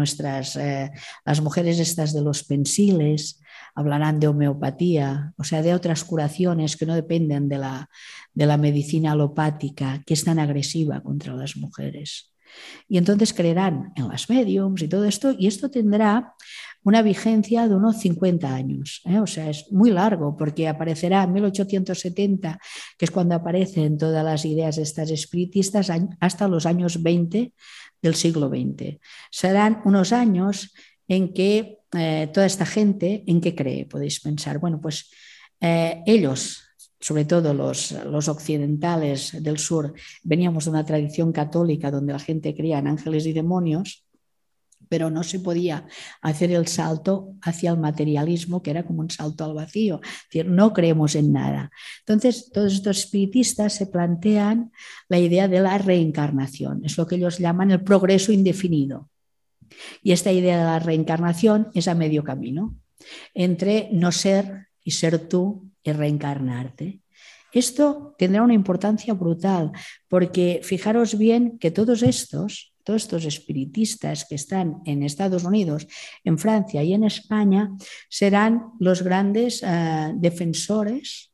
las mujeres estas de los pensiles hablarán de homeopatía, o sea, de otras curaciones que no dependen de la medicina alopática, que es tan agresiva contra las mujeres. Y entonces creerán en las mediums y todo esto, y esto tendrá una vigencia de unos 50 años. O sea, es muy largo, porque aparecerá en 1870, que es cuando aparecen todas las ideas de estas espiritistas, hasta los años 20 del siglo XX. Serán unos años en que toda esta gente, ¿en qué cree? Podéis pensar, bueno, pues ellos, sobre todo los occidentales del sur, veníamos de una tradición católica donde la gente creía en ángeles y demonios, pero no se podía hacer el salto hacia el materialismo, que era como un salto al vacío. Es decir, no creemos en nada. Entonces, todos estos espiritistas se plantean la idea de la reencarnación. Es lo que ellos llaman el progreso indefinido. Y esta idea de la reencarnación es a medio camino entre no ser y ser tú y reencarnarte. Esto tendrá una importancia brutal, porque fijaros bien que todos estos espiritistas que están en Estados Unidos, en Francia y en España serán los grandes defensores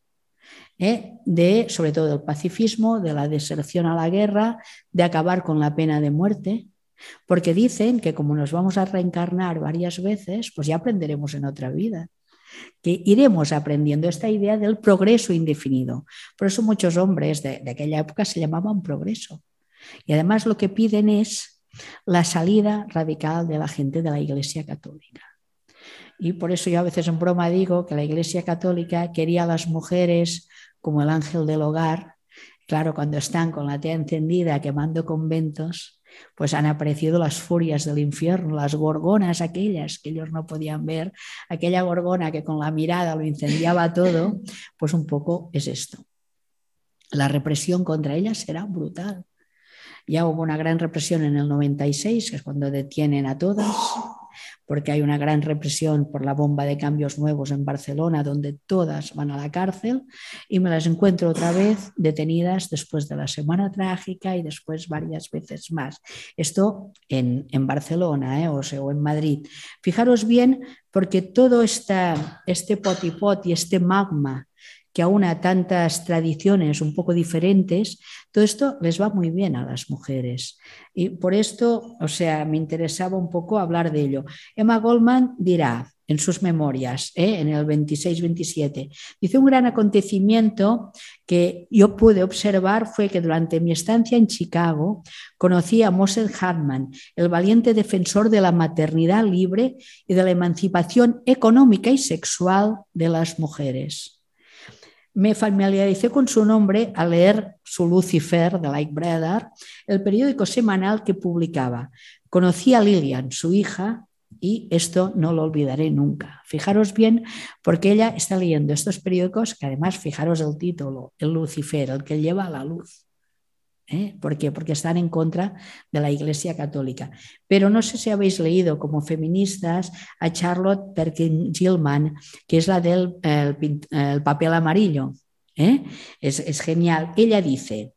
sobre todo del pacifismo, de la deserción a la guerra, de acabar con la pena de muerte, porque dicen que como nos vamos a reencarnar varias veces, pues ya aprenderemos en otra vida, que iremos aprendiendo esta idea del progreso indefinido. Por eso muchos hombres de aquella época se llamaban progreso. Y además lo que piden es la salida radical de la gente de la Iglesia Católica. Y por eso yo a veces en broma digo que la Iglesia Católica quería a las mujeres como el ángel del hogar. Claro, cuando están con la tea encendida quemando conventos, pues han aparecido las furias del infierno, las gorgonas aquellas que ellos no podían ver, aquella gorgona que con la mirada lo incendiaba todo, pues un poco es esto. La represión contra ellas será brutal. Ya hubo una gran represión en el 96, que es cuando detienen a todas, porque hay una gran represión por la bomba de cambios nuevos en Barcelona, donde todas van a la cárcel, y me las encuentro otra vez detenidas después de la Semana Trágica y después varias veces más. Esto en Barcelona, o en Madrid. Fijaros bien, porque todo este potipot y este magma que aúna tantas tradiciones un poco diferentes, todo esto les va muy bien a las mujeres. Y por esto, me interesaba un poco hablar de ello. Emma Goldman dirá en sus memorias, en el 26-27, dice: un gran acontecimiento que yo pude observar fue que durante mi estancia en Chicago conocí a Moses Hartman, el valiente defensor de la maternidad libre y de la emancipación económica y sexual de las mujeres. Me familiaricé con su nombre al leer su Lucifer, de Light Brother, el periódico semanal que publicaba. Conocí a Lillian, su hija, y esto no lo olvidaré nunca. Fijaros bien, porque ella está leyendo estos periódicos, que además, fijaros el título, el Lucifer, el que lleva a la luz. ¿Por qué? Porque están en contra de la Iglesia Católica. Pero no sé si habéis leído como feministas a Charlotte Perkins Gilman, que es la del el papel amarillo. Es genial. Ella dice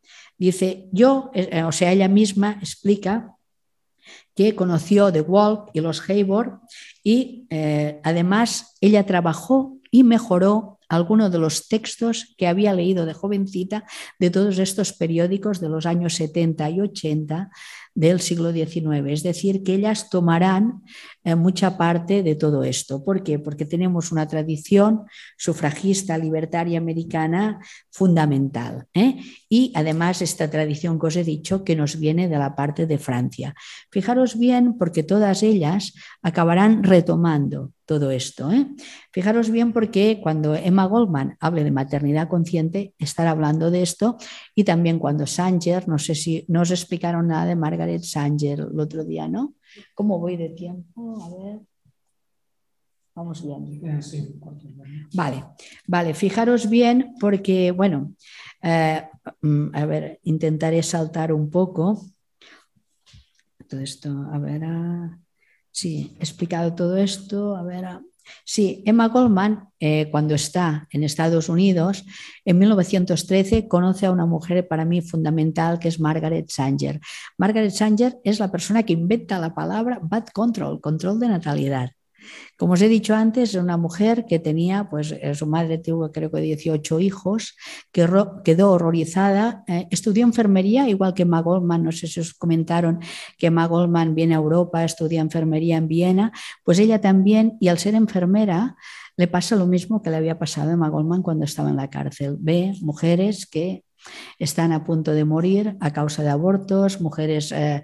ella misma explica que conoció The Walk y los Hayward y además ella trabajó y mejoró algunos de los textos que había leído de jovencita de todos estos periódicos de los años 70 y 80 del siglo XIX. Es decir, que ellas tomarán mucha parte de todo esto. ¿Por qué? Porque tenemos una tradición sufragista, libertaria americana fundamental. Y además esta tradición que os he dicho que nos viene de la parte de Francia. Fijaros bien, porque todas ellas acabarán retomando todo esto. Fijaros bien, porque cuando Emma Goldman hable de maternidad consciente, estará hablando de esto, y también cuando Sanger, no sé si nos explicaron nada de Margaret Sanger el otro día, ¿no? ¿Cómo voy de tiempo? A ver. Vamos bien. Sí. Vale, fijaros bien, porque, bueno, a ver, intentaré saltar un poco. Todo esto, a ver, sí, he explicado todo esto, a ver. Sí, Emma Goldman, cuando está en Estados Unidos, en 1913 conoce a una mujer para mí fundamental, que es Margaret Sanger. Margaret Sanger es la persona que inventa la palabra birth control, control de natalidad. Como os he dicho antes, es una mujer que tenía, pues su madre tuvo creo que 18 hijos, que quedó horrorizada, estudió enfermería, igual que Emma Goldman, no sé si os comentaron que Emma Goldman viene a Europa, estudia enfermería en Viena, pues ella también, y al ser enfermera, le pasa lo mismo que le había pasado a Emma Goldman cuando estaba en la cárcel. Ve mujeres que están a punto de morir a causa de abortos, mujeres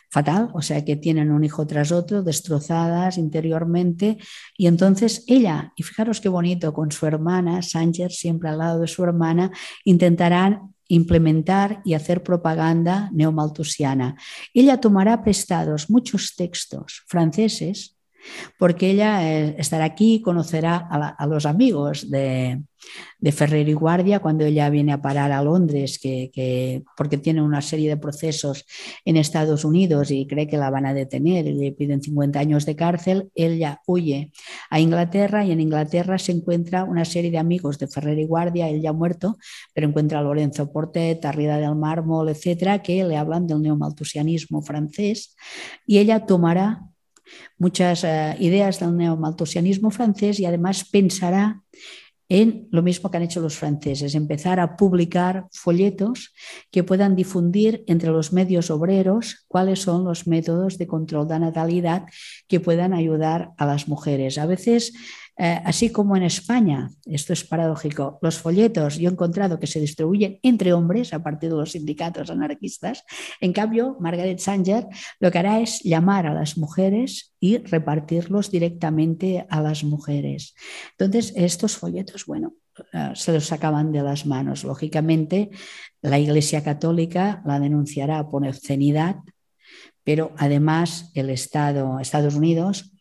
fatal, o sea que tienen un hijo tras otro, destrozadas interiormente, y entonces ella, y fijaros qué bonito, con su hermana, Sanger siempre al lado de su hermana, intentarán implementar y hacer propaganda neomalthusiana. Ella tomará prestados muchos textos franceses, porque ella estará aquí, conocerá a los amigos de Ferrer y Guardia cuando ella viene a parar a Londres, porque tiene una serie de procesos en Estados Unidos y cree que la van a detener y le piden 50 años de cárcel. Ella huye a Inglaterra y en Inglaterra se encuentra una serie de amigos de Ferrer y Guardia, él ya muerto, pero encuentra a Lorenzo Portet, a Rida del Mármol, etcétera, que le hablan del neomalthusianismo francés, y ella tomará muchas ideas del neomalthusianismo francés y además pensará en lo mismo que han hecho los franceses, empezar a publicar folletos que puedan difundir entre los medios obreros cuáles son los métodos de control de natalidad que puedan ayudar a las mujeres. A veces, así como en España, esto es paradójico, los folletos yo he encontrado que se distribuyen entre hombres a partir de los sindicatos anarquistas. En cambio, Margaret Sanger lo que hará es llamar a las mujeres y repartirlos directamente a las mujeres. Entonces, estos folletos, bueno, se los sacaban de las manos. Lógicamente, la Iglesia Católica la denunciará por obscenidad, pero además el Estados Unidos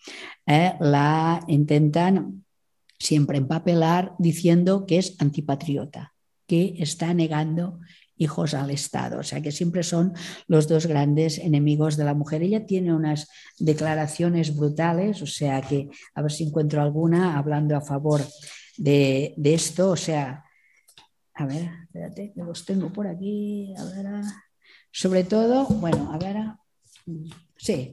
la intentan siempre empapelar diciendo que es antipatriota, que está negando hijos al Estado, o sea que siempre son los dos grandes enemigos de la mujer. Ella tiene unas declaraciones brutales, o sea que a ver si encuentro alguna hablando a favor de esto, o sea, a ver, espérate, que los tengo por aquí, a ver, sobre todo, bueno, a ver, sí.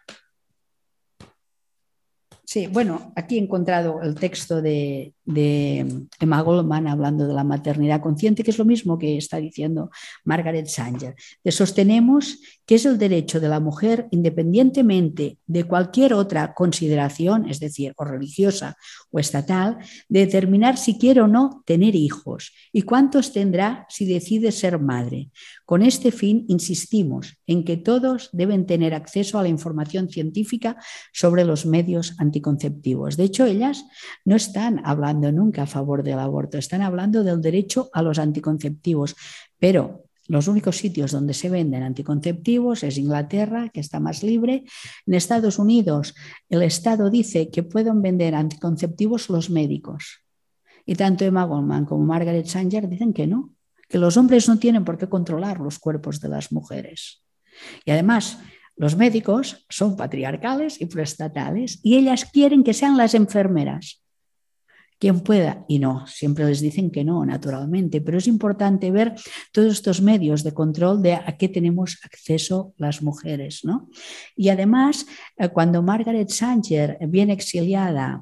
Sí, bueno, aquí he encontrado el texto de Emma Goldman hablando de la maternidad consciente, que es lo mismo que está diciendo Margaret Sanger. Sostenemos que es el derecho de la mujer, independientemente de cualquier otra consideración, es decir, o religiosa o estatal, de determinar si quiere o no tener hijos y cuántos tendrá si decide ser madre. Con este fin, insistimos en que todos deben tener acceso a la información científica sobre los medios anticonceptivos. De hecho, ellas no están hablando nunca a favor del aborto, están hablando del derecho a los anticonceptivos, pero los únicos sitios donde se venden anticonceptivos es Inglaterra, que está más libre. En Estados Unidos, el Estado dice que pueden vender anticonceptivos los médicos. Y tanto Emma Goldman como Margaret Sanger dicen que no, que los hombres no tienen por qué controlar los cuerpos de las mujeres. Y además, los médicos son patriarcales y proestatales y ellas quieren que sean las enfermeras quien pueda, y no, siempre les dicen que no, naturalmente, pero es importante ver todos estos medios de control de a qué tenemos acceso las mujeres, ¿no? Y además, cuando Margaret Sanger viene exiliada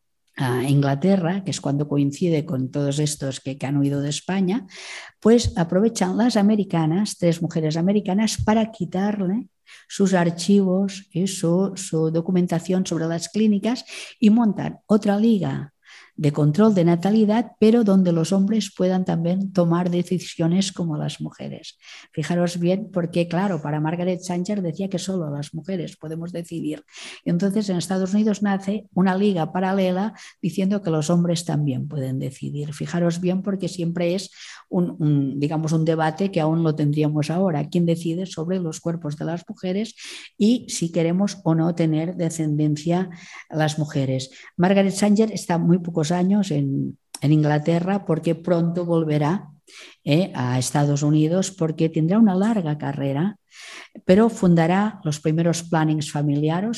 a Inglaterra, que es cuando coincide con todos estos que han huido de España, pues aprovechan las americanas, 3 mujeres americanas, para quitarle sus archivos y su documentación sobre las clínicas y montan otra liga de control de natalidad, pero donde los hombres puedan también tomar decisiones como las mujeres. Fijaros bien, porque claro, para Margaret Sanger decía que solo las mujeres podemos decidir. Y entonces en Estados Unidos nace una liga paralela diciendo que los hombres también pueden decidir. Fijaros bien, porque siempre es digamos, un debate que aún lo tendríamos ahora. ¿Quién decide sobre los cuerpos de las mujeres y si queremos o no tener descendencia las mujeres? Margaret Sanger está muy pocos años en Inglaterra porque pronto volverá a Estados Unidos porque tendrá una larga carrera, pero fundará los primeros plannings familiares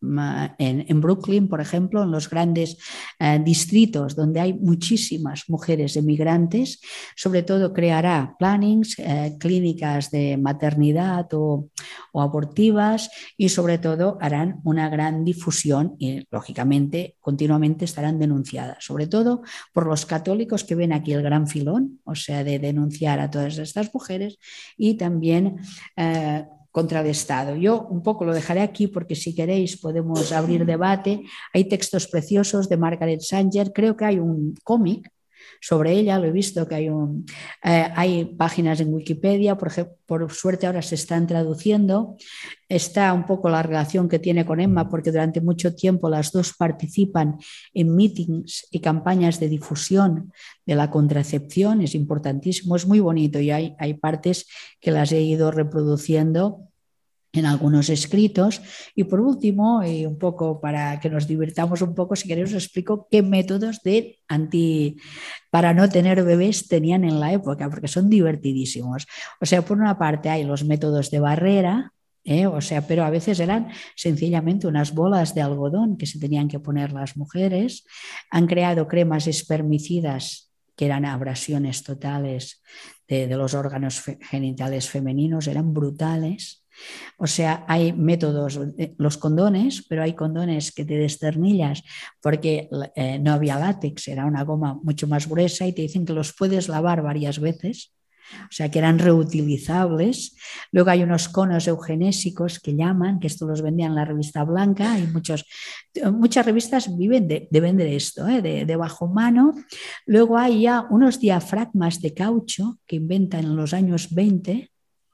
en Brooklyn, por ejemplo, en los grandes distritos donde hay muchísimas mujeres emigrantes. Sobre todo creará plannings, clínicas de maternidad o abortivas y sobre todo harán una gran difusión y lógicamente continuamente estarán denunciadas, sobre todo por los católicos que ven aquí el gran filón, o sea, de denunciar a todas estas mujeres y también contra el Estado. Yo un poco lo dejaré aquí porque si queréis podemos abrir debate. Hay textos preciosos de Margaret Sanger, creo que hay un cómic sobre ella, lo he visto que hay páginas en Wikipedia, por ejemplo, por suerte ahora se están traduciendo. Está un poco la relación que tiene con Emma, porque durante mucho tiempo las dos participan en meetings y campañas de difusión de la contracepción, es importantísimo, es muy bonito y hay partes que las he ido reproduciendo en algunos escritos. Y por último, y un poco para que nos divirtamos un poco, si queréis os explico qué métodos para no tener bebés tenían en la época, porque son divertidísimos. O sea, por una parte hay los métodos de barrera, pero a veces eran sencillamente unas bolas de algodón que se tenían que poner las mujeres. Han creado cremas espermicidas que eran abrasiones totales de los órganos genitales femeninos, eran brutales. O sea, hay métodos, los condones, pero hay condones que te desternillas porque no había látex, era una goma mucho más gruesa y te dicen que los puedes lavar varias veces. O sea, que eran reutilizables. Luego hay unos conos eugenésicos que llaman, que esto los vendían en la revista Blanca. Hay muchas revistas viven de vender esto, de bajo mano. Luego hay ya unos diafragmas de caucho que inventan en los años 20.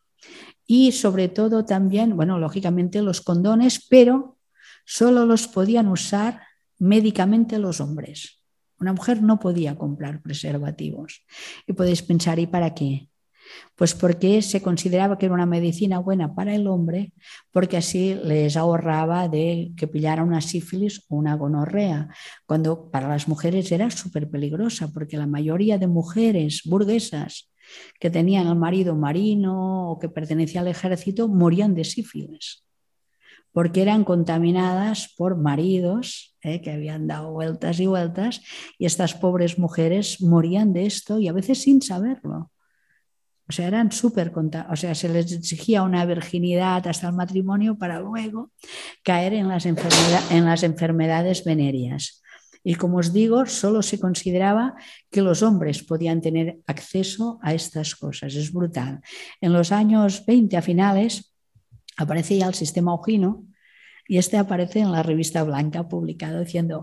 Y sobre todo también, bueno, lógicamente los condones, pero solo los podían usar médicamente los hombres. Una mujer no podía comprar preservativos. Y podéis pensar, ¿y para qué? Pues porque se consideraba que era una medicina buena para el hombre, porque así les ahorraba de que pillara una sífilis o una gonorrea, cuando para las mujeres era súper peligrosa, porque la mayoría de mujeres burguesas que tenían al marido marino o que pertenecía al ejército morían de sífilis, porque eran contaminadas por maridos que habían dado vueltas y vueltas, y estas pobres mujeres morían de esto y a veces sin saberlo. O sea, eran súper contaminadas, o sea, se les exigía una virginidad hasta el matrimonio para luego caer en las enfermedades venéreas. Y como os digo, solo se consideraba que los hombres podían tener acceso a estas cosas. Es brutal. En los años 20 a finales aparece ya el sistema Ogino y este aparece en la revista Blanca publicado diciendo,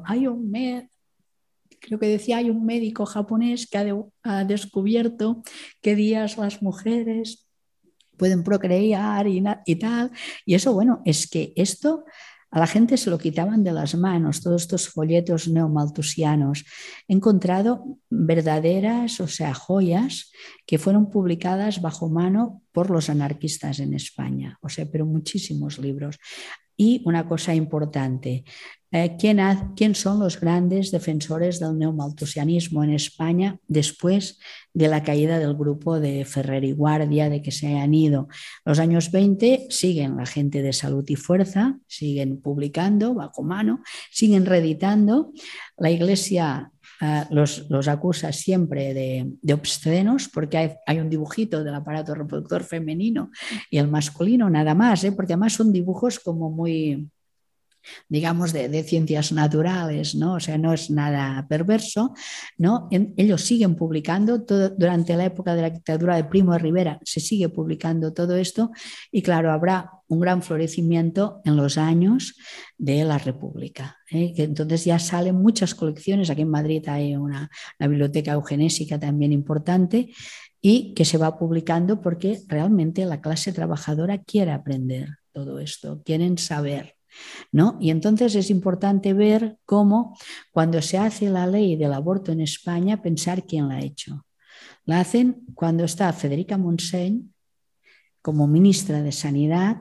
creo que decía, hay un médico japonés que ha descubierto qué días las mujeres pueden procrear y tal. Y eso, bueno, es que esto a la gente se lo quitaban de las manos, todos estos folletos neomalthusianos. He encontrado verdaderas, o sea, joyas que fueron publicadas bajo mano por los anarquistas en España, o sea, pero muchísimos libros. Y una cosa importante, ¿quién son los grandes defensores del neomalthusianismo en España después de la caída del grupo de Ferrer y Guardia, de que se hayan ido? Los años 20 siguen la gente de Salud y Fuerza, siguen publicando bajo mano, siguen reeditando. La Iglesia los acusa siempre de obscenos, porque hay un dibujito del aparato reproductor femenino y el masculino nada más, porque además son dibujos como muy, digamos, de ciencias naturales, ¿no? O sea, no es nada perverso, ¿no? Ellos siguen publicando, durante la época de la dictadura de Primo de Rivera se sigue publicando todo esto y claro, habrá un gran florecimiento en los años de la República, que entonces ya salen muchas colecciones. Aquí en Madrid hay una biblioteca eugenésica también importante y que se va publicando porque realmente la clase trabajadora quiere aprender todo esto, quieren saber, ¿no? Y entonces es importante ver cómo cuando se hace la ley del aborto en España, pensar quién la ha hecho. La hacen cuando está Federica Montseny como ministra de Sanidad.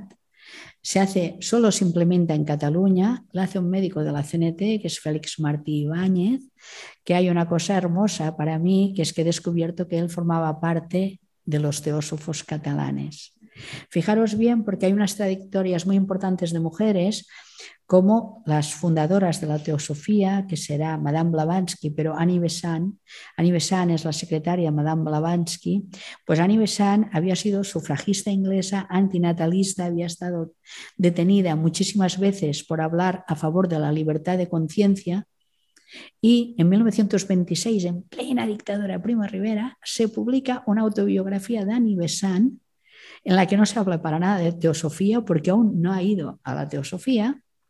Solo se implementa en Cataluña, la hace un médico de la CNT, que es Félix Martí Ibáñez, que hay una cosa hermosa para mí, que es que he descubierto que él formaba parte de los teósofos catalanes. Fijaros bien, porque hay unas trayectorias muy importantes de mujeres, como las fundadoras de la teosofía, que será Madame Blavatsky, pero Annie Besant es la secretaria de Madame Blavatsky. Pues Annie Besant había sido sufragista inglesa, antinatalista, había estado detenida muchísimas veces por hablar a favor de la libertad de conciencia. Y en 1926, en plena dictadura de Primo de Rivera, se publica una autobiografía de Annie Besant en la que no se habla para nada de teosofía, porque aún no ha ido a la teosofía,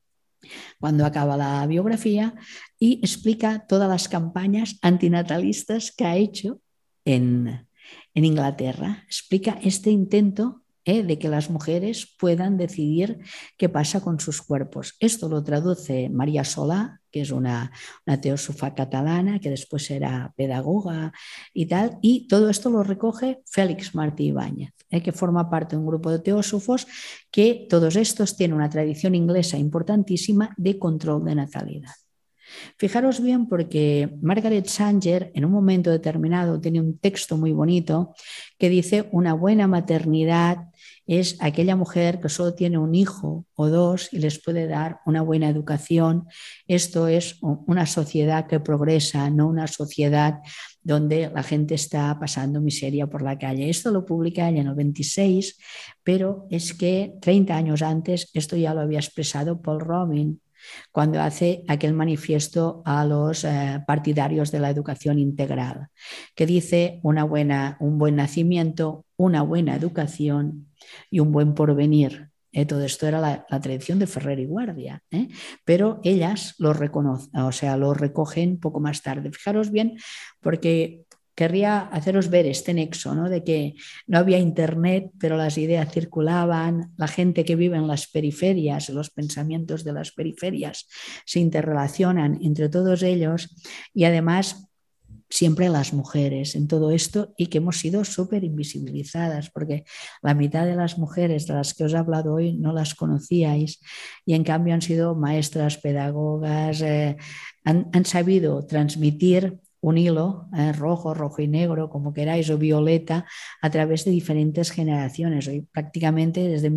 cuando acaba la biografía, y explica todas las campañas antinatalistas que ha hecho en Inglaterra. Explica este intento de que las mujeres puedan decidir qué pasa con sus cuerpos. Esto lo traduce María Solà, que es una teósofa catalana, que después será pedagoga y tal, y todo esto lo recoge Félix Martí Ibáñez, que forma parte de un grupo de teósofos que todos estos tienen una tradición inglesa importantísima de control de natalidad. Fijaros bien porque Margaret Sanger en un momento determinado tiene un texto muy bonito que dice: una buena maternidad es aquella mujer que solo tiene un hijo o dos y les puede dar una buena educación. Esto es una sociedad que progresa, no una sociedad donde la gente está pasando miseria por la calle. Esto lo publica ella en el 26, pero es que 30 años antes esto ya lo había expresado Paul Robin, cuando hace aquel manifiesto a los partidarios de la educación integral, que dice un buen nacimiento, una buena educación y un buen porvenir. Todo esto era la tradición de Ferrer y Guardia, pero ellas lo reconocen, o sea, lo recogen poco más tarde. Fijaros bien, porque querría haceros ver este nexo, ¿no? De que no había internet, pero las ideas circulaban, la gente que vive en las periferias, los pensamientos de las periferias se interrelacionan entre todos ellos, y además siempre las mujeres en todo esto, y que hemos sido súper invisibilizadas, porque la mitad de las mujeres de las que os he hablado hoy no las conocíais, y en cambio han sido maestras, pedagogas, han sabido transmitir un hilo rojo, rojo y negro, como queráis, o violeta, a través de diferentes generaciones. Hoy prácticamente desde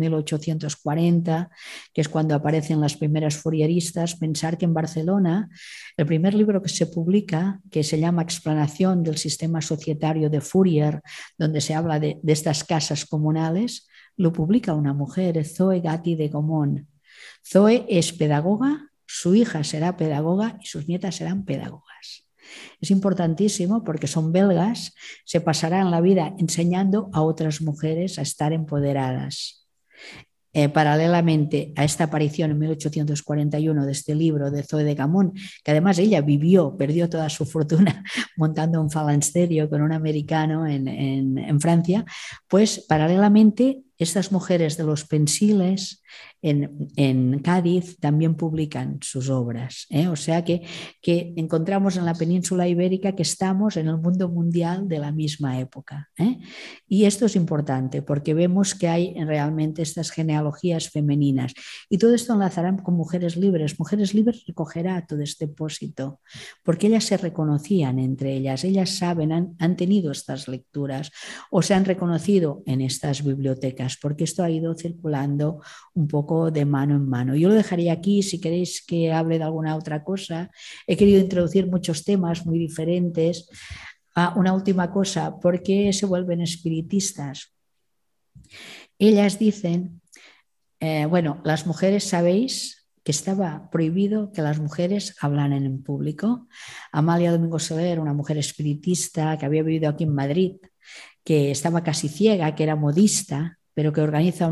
1840, que es cuando aparecen las primeras fourieristas. Pensar que en Barcelona el primer libro que se publica, que se llama Explanación del sistema societario de Fourier, donde se habla de estas casas comunales, lo publica una mujer, Zoe Gatti de Gaumont. Zoe es pedagoga, su hija será pedagoga y sus nietas serán pedagogas. Es importantísimo porque son belgas, se pasarán la vida enseñando a otras mujeres a estar empoderadas. Paralelamente a esta aparición en 1841 de este libro de Zoe de Gaumont, que además ella perdió toda su fortuna montando un falansterio con un americano en Francia, pues paralelamente estas mujeres de los pensiles en Cádiz también publican sus obras. O sea que encontramos en la península ibérica que estamos en el mundo mundial de la misma época. Y esto es importante porque vemos que hay realmente estas genealogías femeninas, y todo esto enlazará con Mujeres Libres. Mujeres Libres recogerá todo este depósito porque ellas se reconocían entre ellas, ellas saben, han tenido estas lecturas o se han reconocido en estas bibliotecas, porque esto ha ido circulando un poco de mano en mano. Yo lo dejaría aquí. Si queréis que hable de alguna otra cosa, he querido introducir muchos temas muy diferentes. Una última cosa: ¿por qué se vuelven espiritistas? Ellas dicen, bueno, las mujeres, sabéis que estaba prohibido que las mujeres hablaran en público. Amalia Domingo Soler, una mujer espiritista que había vivido aquí en Madrid, que estaba casi ciega, que era modista, pero que organiza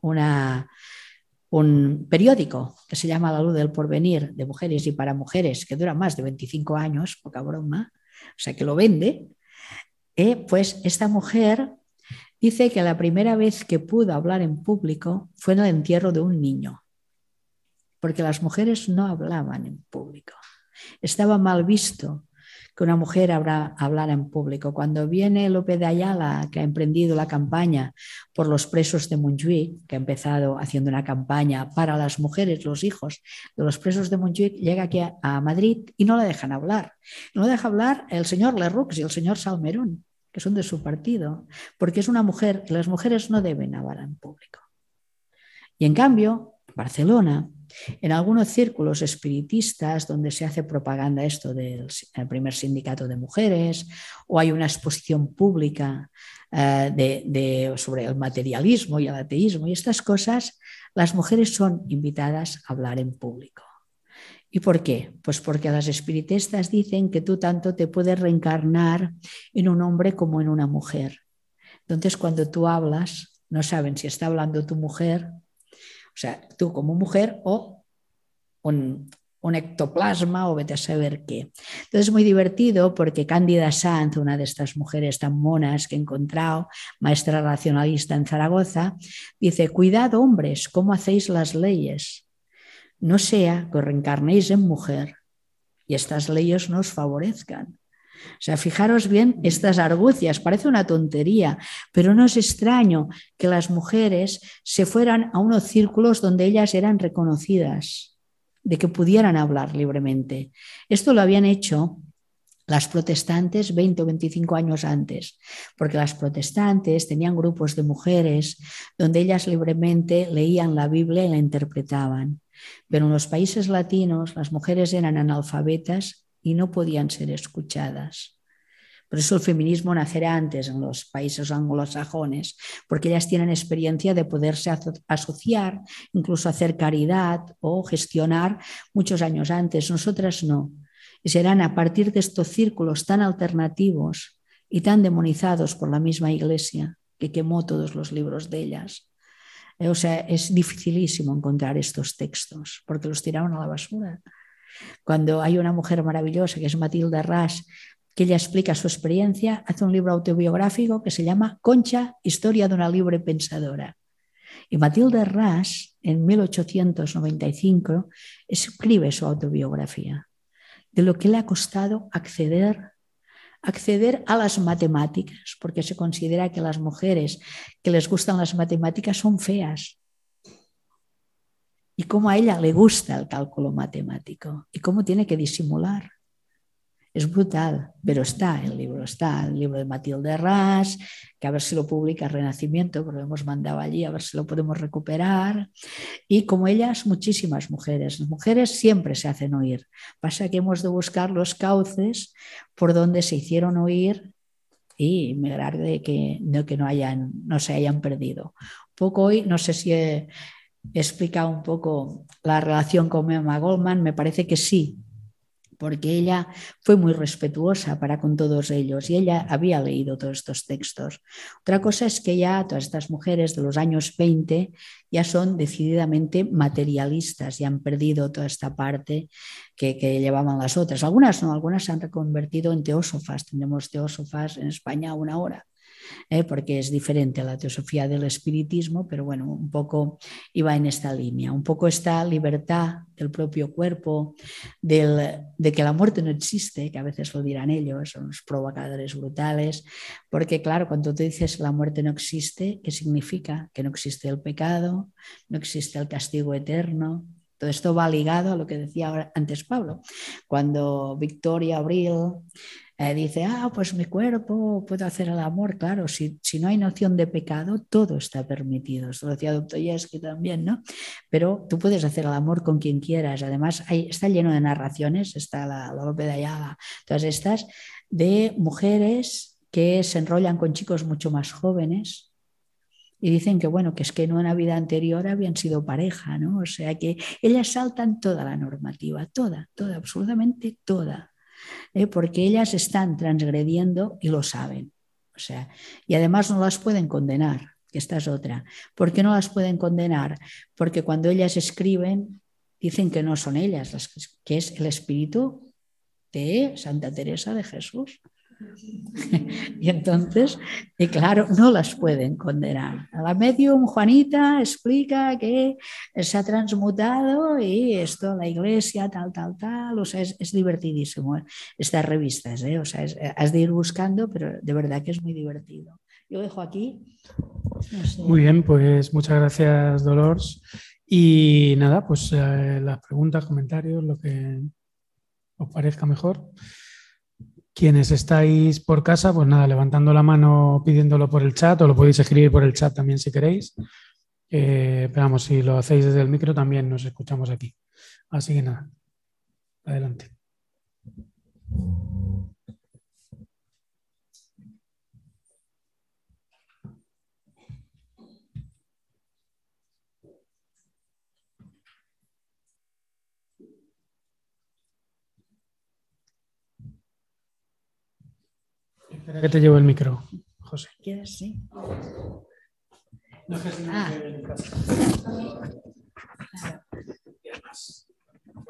un periódico que se llama La Luz del Porvenir, de mujeres y para mujeres, que dura más de 25 años, poca broma, o sea que lo vende. Pues esta mujer dice que la primera vez que pudo hablar en público fue en el entierro de un niño, porque las mujeres no hablaban en público. Estaba mal visto que una mujer hablara en público. Cuando viene Lope de Ayala, que ha emprendido la campaña por los presos de Montjuïc, que ha empezado haciendo una campaña para las mujeres, los hijos de los presos de Montjuïc, llega aquí a Madrid y no la dejan hablar. No deja hablar el señor Lerroux y el señor Salmerón, que son de su partido, porque es una mujer y las mujeres no deben hablar en público. Y en cambio, Barcelona, en algunos círculos espiritistas donde se hace propaganda esto del primer sindicato de mujeres, o hay una exposición pública sobre el materialismo y el ateísmo y estas cosas, las mujeres son invitadas a hablar en público. ¿Y por qué? Pues porque las espiritistas dicen que tú tanto te puedes reencarnar en un hombre como en una mujer. Entonces, cuando tú hablas, no saben si está hablando tu mujer, o sea, tú como mujer o un ectoplasma o vete a saber qué. Entonces es muy divertido porque Cándida Sanz, una de estas mujeres tan monas que he encontrado, maestra racionalista en Zaragoza, dice: cuidado, hombres, ¿cómo hacéis las leyes? No sea que os reencarnéis en mujer y estas leyes no os favorezcan. O sea, fijaros bien estas argucias, parece una tontería, pero no es extraño que las mujeres se fueran a unos círculos donde ellas eran reconocidas, de que pudieran hablar libremente. Esto lo habían hecho las protestantes 20 o 25 años antes, porque las protestantes tenían grupos de mujeres donde ellas libremente leían la Biblia y la interpretaban. Pero en los países latinos las mujeres eran analfabetas y no podían ser escuchadas. Por eso el feminismo nacerá antes en los países anglosajones, porque ellas tienen experiencia de poderse asociar, incluso hacer caridad o gestionar muchos años antes. Nosotras no. Y serán a partir de estos círculos tan alternativos y tan demonizados por la misma Iglesia, que quemó todos los libros de ellas. O sea, es dificilísimo encontrar estos textos, porque los tiraron a la basura. Cuando hay una mujer maravillosa, que es Matilde Ras, que ella explica su experiencia, hace un libro autobiográfico que se llama Concha, historia de una libre pensadora. Y Matilde Ras, en 1895, escribe su autobiografía, de lo que le ha costado acceder a las matemáticas, porque se considera que las mujeres que les gustan las matemáticas son feas. Y cómo a ella le gusta el cálculo matemático y cómo tiene que disimular. Es brutal, pero está el libro de Matilde Ras, que a ver si lo publica Renacimiento, porque lo hemos mandado allí, a ver si lo podemos recuperar. Y como ellas, muchísimas mujeres. Las mujeres siempre se hacen oír. Pasa que hemos de buscar los cauces por donde se hicieron oír y mirar de que no se hayan perdido. Un poco hoy, no sé si he explicado un poco la relación con Emma Goldman, me parece que sí, porque ella fue muy respetuosa para con todos ellos y ella había leído todos estos textos. Otra cosa es que ya todas estas mujeres de los años 20 ya son decididamente materialistas y han perdido toda esta parte que llevaban las otras. Algunas no, algunas se han reconvertido en teósofas. Tenemos teósofas en España una hora. Porque es diferente a la teosofía del espiritismo, pero bueno, un poco iba en esta línea, un poco esta libertad del propio cuerpo, de que la muerte no existe, que a veces lo dirán ellos, son los provocadores brutales, porque claro, cuando tú dices la muerte no existe, ¿qué significa? Que no existe el pecado, no existe el castigo eterno. Todo esto va ligado a lo que decía antes Pablo, cuando Victoria Abril dice, pues mi cuerpo, puedo hacer el amor. Claro, si no hay noción de pecado, todo está permitido. Esto lo decía Dostoyevsky también, ¿no? Pero tú puedes hacer el amor con quien quieras. Además, está lleno de narraciones, está la Lope de Ayala, todas estas, de mujeres que se enrollan con chicos mucho más jóvenes y dicen que, bueno, que es que en una vida anterior habían sido pareja, ¿no? O sea que ellas saltan toda la normativa, toda, absolutamente toda. Porque ellas están transgrediendo y lo saben. O sea, y además no las pueden condenar, que esta es otra. ¿Por qué no las pueden condenar? Porque cuando ellas escriben, dicen que no son ellas, que es el espíritu de Santa Teresa de Jesús. Y entonces, y claro, no las pueden condenar. La medium Juanita explica que se ha transmutado y esto, la iglesia, tal, o sea, es divertidísimo estas revistas, o sea, has de ir buscando, pero de verdad que es muy divertido. Yo dejo aquí. No sé. Muy bien, pues muchas gracias, Dolors. Y nada, pues las preguntas, comentarios, lo que os parezca mejor. Quienes estáis por casa, pues nada, levantando la mano, pidiéndolo por el chat, o lo podéis escribir por el chat también si queréis. Pero vamos, si lo hacéis desde el micro también nos escuchamos aquí. Así que nada, adelante. Espera que te llevo el micro, José. ¿Quieres? Sí. No es que si no me quede en casa. Claro.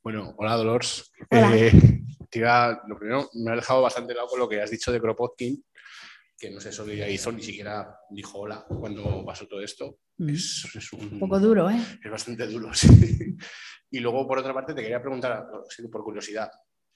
Bueno, hola Dolors. Hola. Lo primero, me has dejado bastante lado con lo que has dicho de Kropotkin, que no se solidarizó, ni siquiera dijo hola cuando pasó todo esto. Es un poco duro, ¿eh? Es bastante duro, sí. Y luego, por otra parte, te quería preguntar, por curiosidad,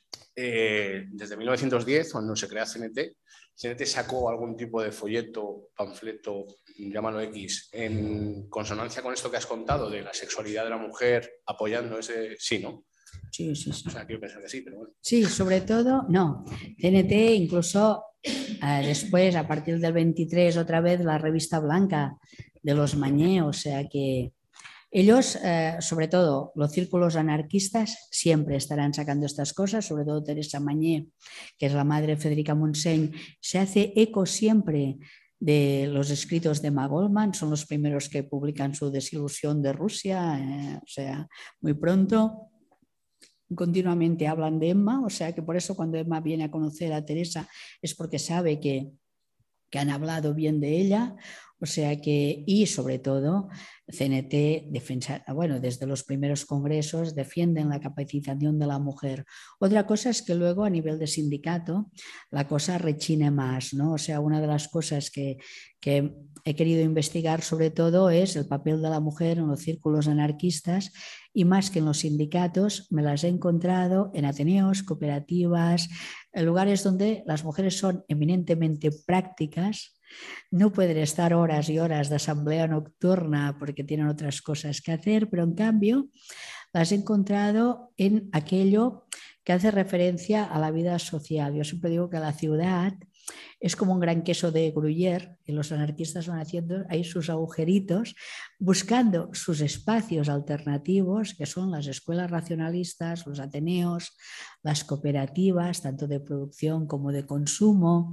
desde 1910, cuando se crea CNT, ¿CNT sacó algún tipo de folleto, panfleto, llámalo X, en consonancia con esto que has contado de la sexualidad de la mujer, apoyando ese...? Sí, ¿no? Sí, sí, sí. O sea, quiero pensar que sí, pero bueno. Sí, sobre todo, no. CNT incluso después, a partir del 23, otra vez la revista blanca de los Mañé, o sea que ellos, sobre todo los círculos anarquistas, siempre estarán sacando estas cosas, sobre todo Teresa Mañé, que es la madre de Federica Montseny, se hace eco siempre de los escritos de Emma Goldman, son los primeros que publican su desilusión de Rusia, o sea, muy pronto. Continuamente hablan de Emma, o sea que por eso cuando Emma viene a conocer a Teresa es porque sabe que han hablado bien de ella, o sea que, y sobre todo, CNT, bueno, desde los primeros congresos defienden la capacitación de la mujer. Otra cosa es que luego a nivel de sindicato la cosa rechine más, ¿no? O sea, una de las cosas que he querido investigar sobre todo es el papel de la mujer en los círculos anarquistas y más que en los sindicatos me las he encontrado en ateneos, cooperativas, en lugares donde las mujeres son eminentemente prácticas, no pueden estar horas y horas de asamblea nocturna porque tienen otras cosas que hacer, pero en cambio las he encontrado en aquello que hace referencia a la vida social. Yo siempre digo que la ciudad es como un gran queso de Gruyère y los anarquistas van haciendo ahí sus agujeritos, buscando sus espacios alternativos, que son las escuelas racionalistas, los ateneos, las cooperativas, tanto de producción como de consumo,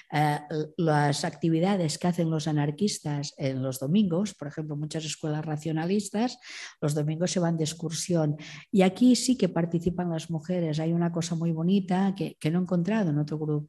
las actividades que hacen los anarquistas en los domingos, por ejemplo, muchas escuelas racionalistas, los domingos se van de excursión y aquí sí que participan las mujeres. Hay una cosa muy bonita que no he encontrado en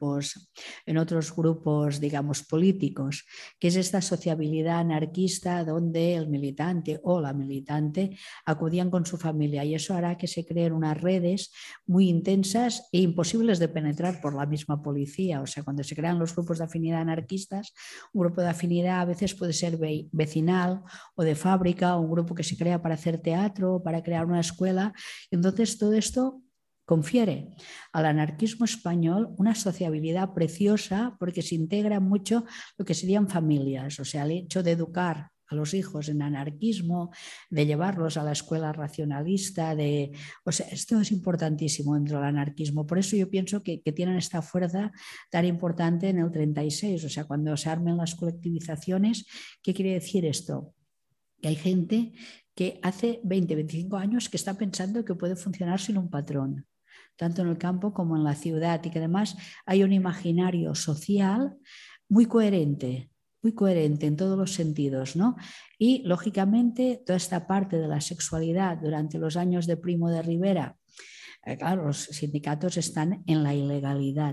otros grupos, digamos, políticos, que es esta sociabilidad anarquista donde el militante o la militante acudían con su familia y eso hará que se creen unas redes muy intensas e imposibles de penetrar por la misma policía. O sea, cuando se crean los grupos de afinidad anarquistas, un grupo de afinidad a veces puede ser vecinal o de fábrica, o un grupo que se crea para hacer teatro, para crear una escuela. Entonces, todo esto confiere al anarquismo español una sociabilidad preciosa porque se integra mucho lo que serían familias, o sea, el hecho de educar a los hijos en anarquismo, de llevarlos a la escuela racionalista, o sea, esto es importantísimo dentro del anarquismo. Por eso yo pienso que tienen esta fuerza tan importante en el 36, o sea, cuando se armen las colectivizaciones. ¿Qué quiere decir esto? Que hay gente que hace 20, 25 años que está pensando que puede funcionar sin un patrón, tanto en el campo como en la ciudad, y que además hay un imaginario social muy coherente en todos los sentidos, ¿no? Y lógicamente toda esta parte de la sexualidad durante los años de Primo de Rivera, claro, los sindicatos están en la ilegalidad,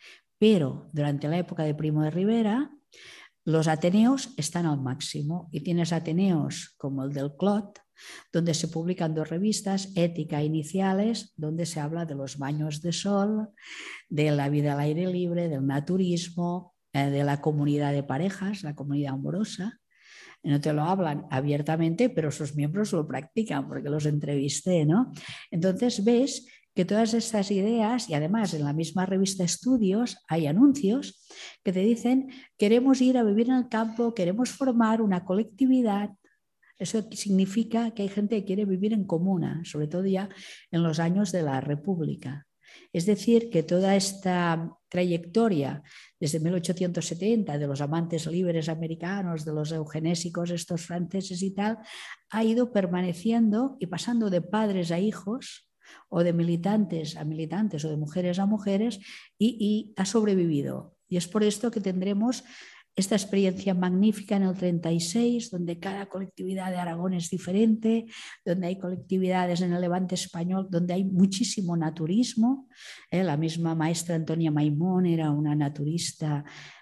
pero durante la época de Primo de Rivera los ateneos están al máximo y tienes ateneos como el del Clot, donde se publican 2 revistas, Ética e Iniciales, donde se habla de los baños de sol, de la vida al aire libre, del naturismo, de la comunidad de parejas, la comunidad amorosa. No te lo hablan abiertamente, pero sus miembros lo practican porque los entrevisté, ¿no? Entonces ves que todas estas ideas, y además en la misma revista Estudios hay anuncios que te dicen queremos ir a vivir en el campo, queremos formar una colectividad. Eso significa que hay gente que quiere vivir en comuna, sobre todo ya en los años de la República. Es decir, que toda esta trayectoria desde 1870 de los amantes libres americanos, de los eugenésicos estos franceses y tal, ha ido permaneciendo y pasando de padres a hijos o de militantes a militantes o de mujeres a mujeres y ha sobrevivido. Y es por esto que tendremos esta experiencia magnífica en el 36, donde cada colectividad de Aragón es diferente, donde hay colectividades en el Levante español, donde hay muchísimo naturismo. La misma maestra Antonia Maimón era una naturista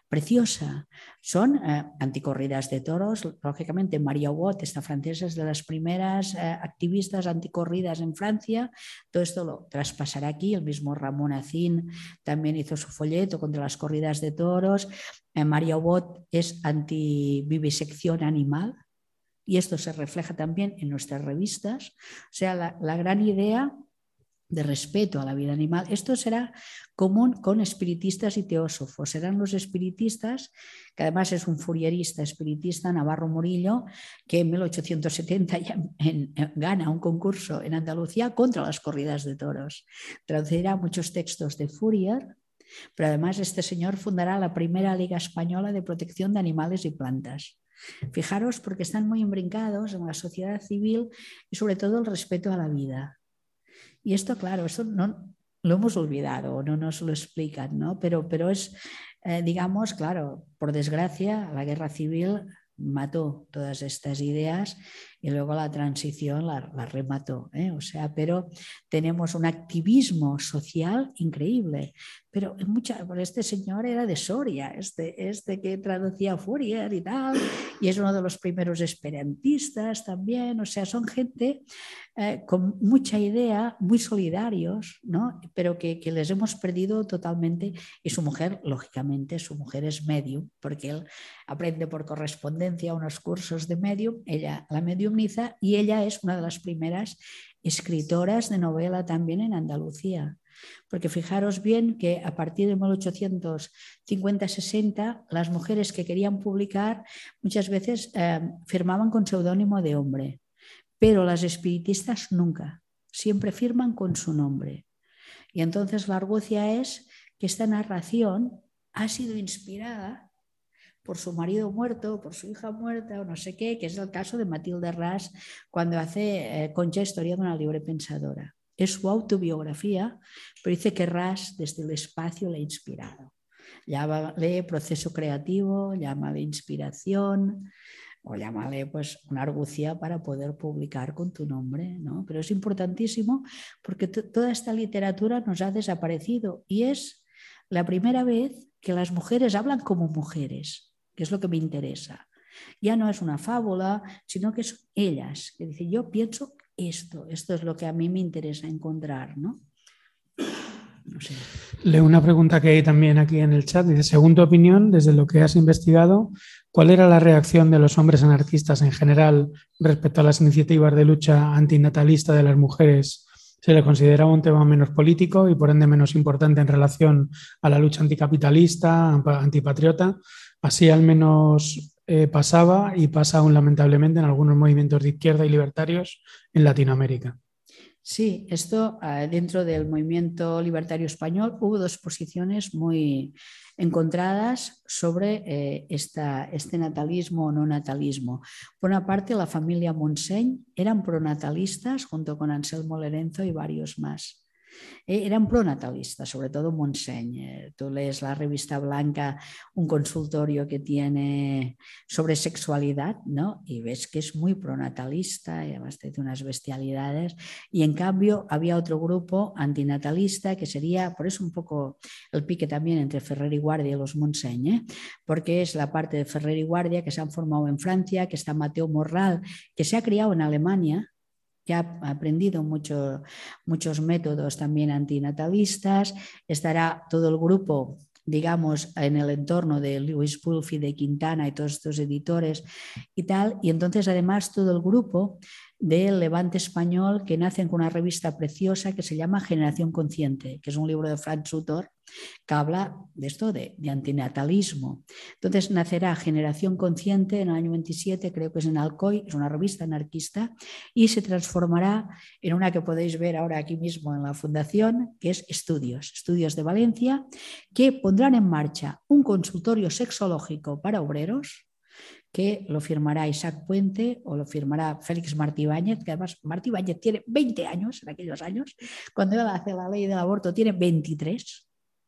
preciosa. Son anticorridas de toros, lógicamente María Watt, esta francesa, es de las primeras activistas anticorridas en Francia. Todo esto lo traspasará aquí. El mismo Ramón Acín también hizo su folleto contra las corridas de toros. María Watt es anti-vivisección animal, y esto se refleja también en nuestras revistas. O sea, la gran idea de respeto a la vida animal. Esto será común con espiritistas y teósofos. Serán los espiritistas, que además es un fourierista espiritista, Navarro Murillo, que en 1870 ya gana un concurso en Andalucía contra las corridas de toros. Traducirá muchos textos de Fourier, pero además este señor fundará la primera Liga Española de Protección de Animales y Plantas. Fijaros, porque están muy imbrincados en la sociedad civil y sobre todo el respeto a la vida. Y esto, claro, esto no lo hemos olvidado, no nos lo explican, ¿no? Pero es, digamos, claro, por desgracia, la guerra civil mató todas estas ideas y luego la transición la remató, ¿eh? O sea, pero tenemos un activismo social increíble. Pero este señor era de Soria, este que traducía Fourier y tal, y es uno de los primeros esperantistas también. O sea, son gente con mucha idea, muy solidarios, ¿no? Pero que les hemos perdido totalmente. Y su mujer, lógicamente, su mujer es medium, porque él aprende por correspondencia unos cursos de medium, ella la mediumniza, y ella es una de las primeras escritoras de novela también en Andalucía. Porque fijaros bien que a partir de 1850-60 las mujeres que querían publicar muchas veces firmaban con seudónimo de hombre, pero las espiritistas nunca, siempre firman con su nombre. Y entonces la argucia es que esta narración ha sido inspirada por su marido muerto, por su hija muerta o no sé qué, que es el caso de Matilde Ras cuando hace Concha, historia de una libre pensadora. Es su autobiografía, pero dice que Ras desde el espacio le ha inspirado. Llámale proceso creativo, llámale inspiración o llámale pues una argucia para poder publicar con tu nombre, ¿no? Pero es importantísimo porque toda esta literatura nos ha desaparecido y es la primera vez que las mujeres hablan como mujeres, que es lo que me interesa. Ya no es una fábula, sino que son ellas, que dicen, yo pienso esto es lo que a mí me interesa encontrar, ¿no? No sé. Leo una pregunta que hay también aquí en el chat. Dice, según tu opinión, desde lo que has investigado, ¿cuál era la reacción de los hombres anarquistas en general respecto a las iniciativas de lucha antinatalista de las mujeres? ¿Se le consideraba un tema menos político y por ende menos importante en relación a la lucha anticapitalista, antipatriota? Así al menos pasaba y pasa aún lamentablemente en algunos movimientos de izquierda y libertarios en Latinoamérica. Sí, esto dentro del movimiento libertario español hubo dos posiciones muy encontradas sobre este natalismo o no natalismo. Por una parte, la familia Montseny eran pronatalistas junto con Anselmo Lorenzo y varios más. Eran pronatalistas, sobre todo Montseny. Tú lees la revista Blanca, un consultorio que tiene sobre sexualidad, ¿no? Y ves que es muy pronatalista y además te dice unas bestialidades. Y en cambio había otro grupo antinatalista que sería, por eso un poco el pique también entre Ferrer y Guardia y los Montseny, porque es la parte de Ferrer y Guardia que se han formado en Francia, que está Mateo Morral, que se ha criado en Alemania, que ha aprendido muchos métodos también antinatalistas. Estará todo el grupo, digamos, en el entorno de Luis Bulfi, de Quintana y todos estos editores y tal. Y entonces además todo el grupo del Levante español que nacen con una revista preciosa que se llama Generación Consciente, que es un libro de Franz Sutor que habla de esto de antinatalismo. Entonces nacerá Generación Consciente en el año 27, creo que es en Alcoy, es una revista anarquista, y se transformará en una que podéis ver ahora aquí mismo en la fundación, que es Estudios de Valencia, que pondrán en marcha un consultorio sexológico para obreros, que lo firmará Isaac Puente o lo firmará Félix Martí Báñez, que además Martí Báñez tiene 20 años en aquellos años, cuando él hace la ley del aborto tiene 23.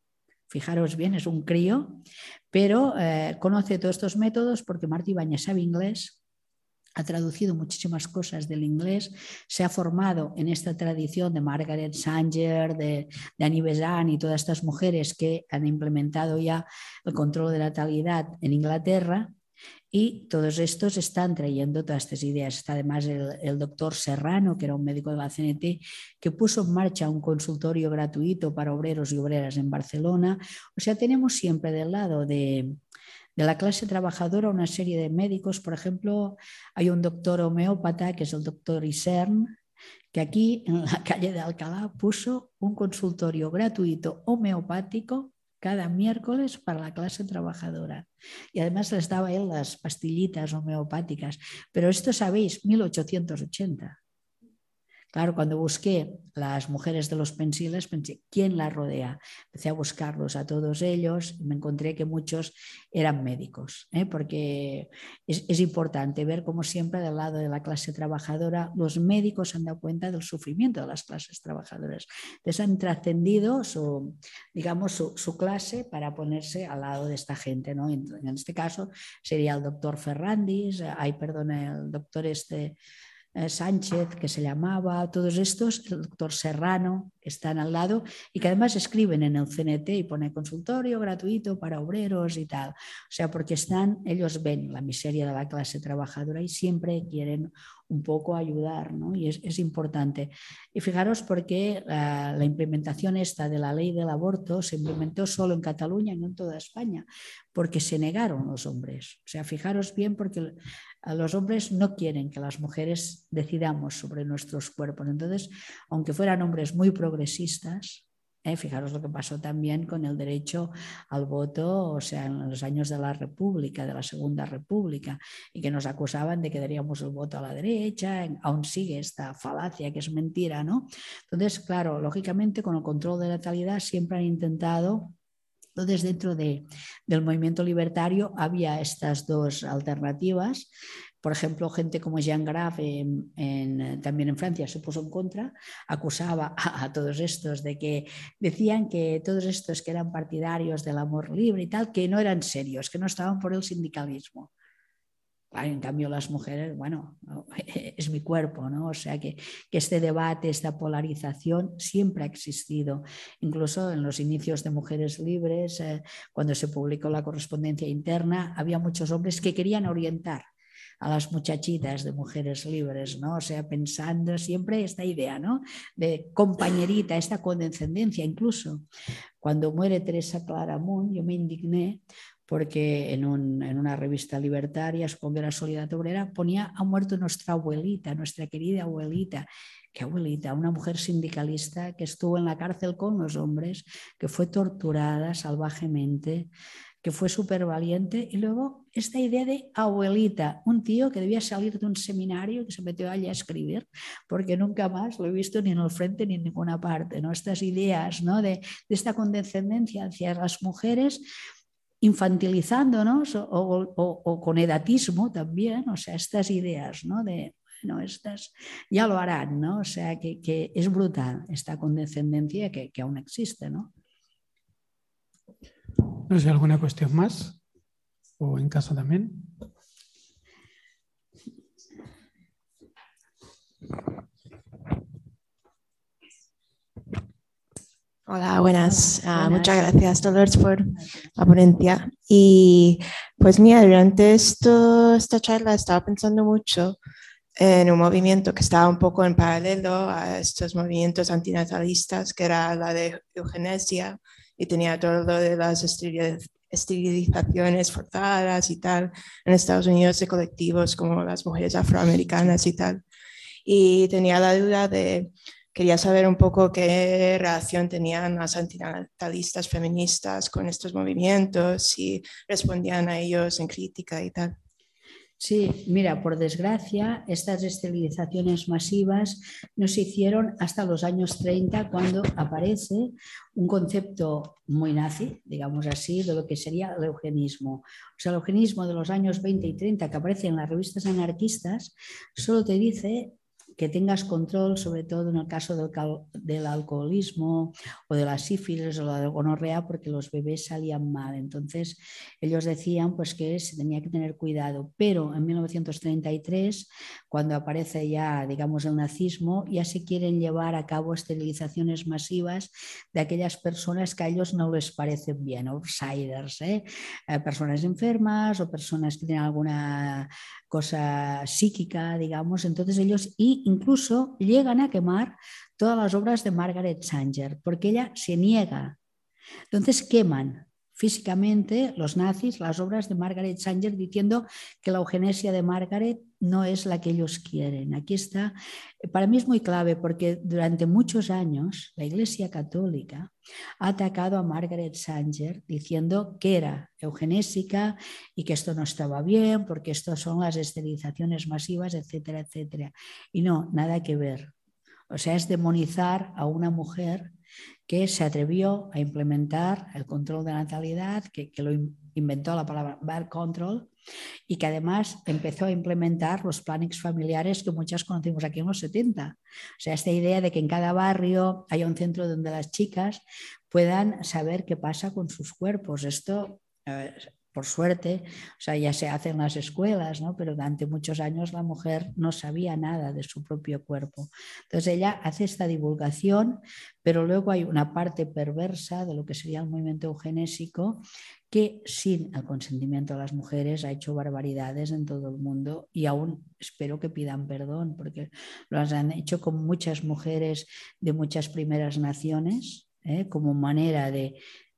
Fijaros bien, es un crío, pero conoce todos estos métodos porque Martí Báñez sabe inglés, ha traducido muchísimas cosas del inglés, se ha formado en esta tradición de Margaret Sanger, de Annie Besant y todas estas mujeres que han implementado ya el control de la natalidad en Inglaterra. Y todos estos están trayendo todas estas ideas. Está además el doctor Serrano, que era un médico de la CNT, que puso en marcha un consultorio gratuito para obreros y obreras en Barcelona. O sea, tenemos siempre del lado de la clase trabajadora una serie de médicos. Por ejemplo, hay un doctor homeópata, que es el doctor Isern, que aquí en la calle de Alcalá puso un consultorio gratuito homeopático cada miércoles para la clase trabajadora. Y además les daba él las pastillitas homeopáticas. Pero esto sabéis, 1880. Claro, cuando busqué las mujeres de los pensiles, pensé, ¿quién las rodea? Empecé a buscarlos a todos ellos y me encontré que muchos eran médicos, porque es importante ver cómo siempre del lado de la clase trabajadora los médicos han dado cuenta del sufrimiento de las clases trabajadoras. Entonces han trascendido su clase para ponerse al lado de esta gente, ¿no? En este caso sería el doctor Ferrandis, el doctor Sánchez, que se llamaba, todos estos, el doctor Serrano, que están al lado y que además escriben en el CNT y pone consultorio gratuito para obreros y tal. O sea, porque ellos ven la miseria de la clase trabajadora y siempre quieren un poco ayudar, ¿no? Y es importante. Y fijaros porque la implementación esta de la ley del aborto se implementó solo en Cataluña y no en toda España, porque se negaron los hombres. O sea, fijaros bien, porque los hombres no quieren que las mujeres decidamos sobre nuestros cuerpos. Entonces, aunque fueran hombres muy progresistas, fijaros lo que pasó también con el derecho al voto, o sea, en los años de la República, de la Segunda República, y que nos acusaban de que daríamos el voto a la derecha. Aún sigue esta falacia que es mentira, ¿no? Entonces, claro, lógicamente con el control de la natalidad siempre han intentado. Entonces, dentro del movimiento libertario había estas dos alternativas. Por ejemplo, gente como Jean Graf también en Francia se puso en contra, acusaba a todos estos de que decían que todos estos que eran partidarios del amor libre y tal, que no eran serios, que no estaban por el sindicalismo. Claro, en cambio las mujeres, bueno, es mi cuerpo, ¿no? O sea que este debate, esta polarización siempre ha existido. Incluso en los inicios de Mujeres Libres, cuando se publicó la correspondencia interna, había muchos hombres que querían orientar a las muchachitas de Mujeres Libres, ¿no? O sea, pensando siempre esta idea, ¿no? De compañerita, esta condescendencia. Incluso cuando muere Teresa Claramunt, yo me indigné porque en una revista libertaria, supongo que era Solidaridad Obrera, ponía: ha muerto nuestra abuelita, nuestra querida abuelita. ¿Qué abuelita? Una mujer sindicalista que estuvo en la cárcel con los hombres, que fue torturada salvajemente, que fue súper valiente. Y luego esta idea de abuelita, un tío que debía salir de un seminario, que se metió allí a escribir, porque nunca más lo he visto ni en el frente ni en ninguna parte, ¿no? Estas ideas, ¿no? de esta condescendencia hacia las mujeres, infantilizándonos o con edatismo también, o sea, estas ideas, ¿no? De, bueno, estas ya lo harán, ¿no? O sea, que es brutal esta condescendencia que aún existe, ¿no? No sé, ¿alguna cuestión más? ¿O en caso también? Hola, buenas. Muchas gracias, Dolores, por la ponencia. Y pues mira, durante esta charla estaba pensando mucho en un movimiento que estaba un poco en paralelo a estos movimientos antinatalistas, que era la de eugenesia, y tenía todo lo de las esterilizaciones forzadas y tal en Estados Unidos, de colectivos como las mujeres afroamericanas y tal. Y tenía la duda quería saber un poco qué relación tenían las antinatalistas feministas con estos movimientos, si respondían a ellos en crítica y tal. Sí, mira, por desgracia, estas esterilizaciones masivas no se hicieron hasta los años 30, cuando aparece un concepto muy nazi, digamos así, de lo que sería el eugenismo. O sea, el eugenismo de los años 20 y 30, que aparece en las revistas anarquistas, solo te dice que tengas control, sobre todo en el caso del alcoholismo o de la sífilis o la gonorrea, porque los bebés salían mal. Entonces ellos decían pues que se tenía que tener cuidado, pero en 1933, cuando aparece ya, digamos, el nazismo, ya se quieren llevar a cabo esterilizaciones masivas de aquellas personas que a ellos no les parecen bien, outsiders, personas enfermas o personas que tienen alguna cosa psíquica, digamos. Entonces ellos incluso llegan a quemar todas las obras de Margaret Sanger, porque ella se niega. Entonces queman físicamente los nazis las obras de Margaret Sanger, diciendo que la eugenesia de Margaret no es la que ellos quieren. Aquí está, para mí es muy clave, porque durante muchos años la Iglesia Católica ha atacado a Margaret Sanger diciendo que era eugenésica y que esto no estaba bien, porque esto son las esterilizaciones masivas, etcétera, etcétera. Y no, nada que ver. O sea, es demonizar a una mujer que se atrevió a implementar el control de natalidad, que lo inventó la palabra birth control, y que además empezó a implementar los plannings familiares que muchas conocimos aquí en los 70. O sea, esta idea de que en cada barrio haya un centro donde las chicas puedan saber qué pasa con sus cuerpos. Esto, por suerte, o sea, ya se hace en las escuelas, ¿no? Pero durante muchos años la mujer no sabía nada de su propio cuerpo. Entonces ella hace esta divulgación, pero luego hay una parte perversa de lo que sería el movimiento eugenésico, que sin el consentimiento de las mujeres ha hecho barbaridades en todo el mundo, y aún espero que pidan perdón, porque lo han hecho con muchas mujeres de muchas primeras naciones, como manera de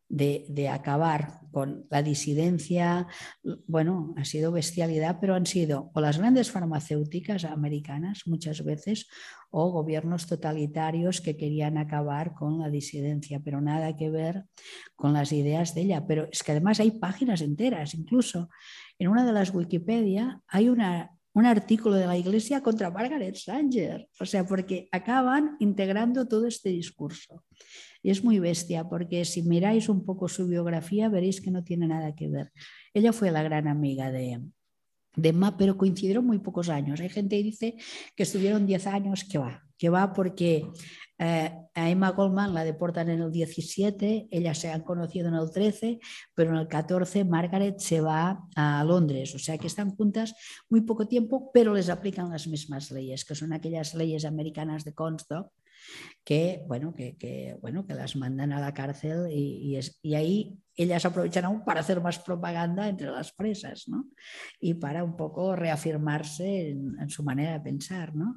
acabar con la disidencia. Bueno, ha sido bestialidad, pero han sido o las grandes farmacéuticas americanas muchas veces, o gobiernos totalitarios que querían acabar con la disidencia, pero nada que ver con las ideas de ella. Pero es que además hay páginas enteras, incluso en una de las Wikipedia hay un artículo de la Iglesia contra Margaret Sanger, o sea, porque acaban integrando todo este discurso. Y es muy bestia, porque si miráis un poco su biografía veréis que no tiene nada que ver. Ella fue la gran amiga de Emma, pero coincidieron muy pocos años. Hay gente que dice que estuvieron 10 años, que va porque a Emma Goldman la deportan en el 17, ellas se han conocido en el 13, pero en el 14 Margaret se va a Londres, o sea que están juntas muy poco tiempo, pero les aplican las mismas leyes, que son aquellas leyes americanas de Comstock, que las mandan a la cárcel, y ahí ellas aprovechan aún para hacer más propaganda entre las presas, ¿no? Y para un poco reafirmarse en su manera de pensar, ¿no?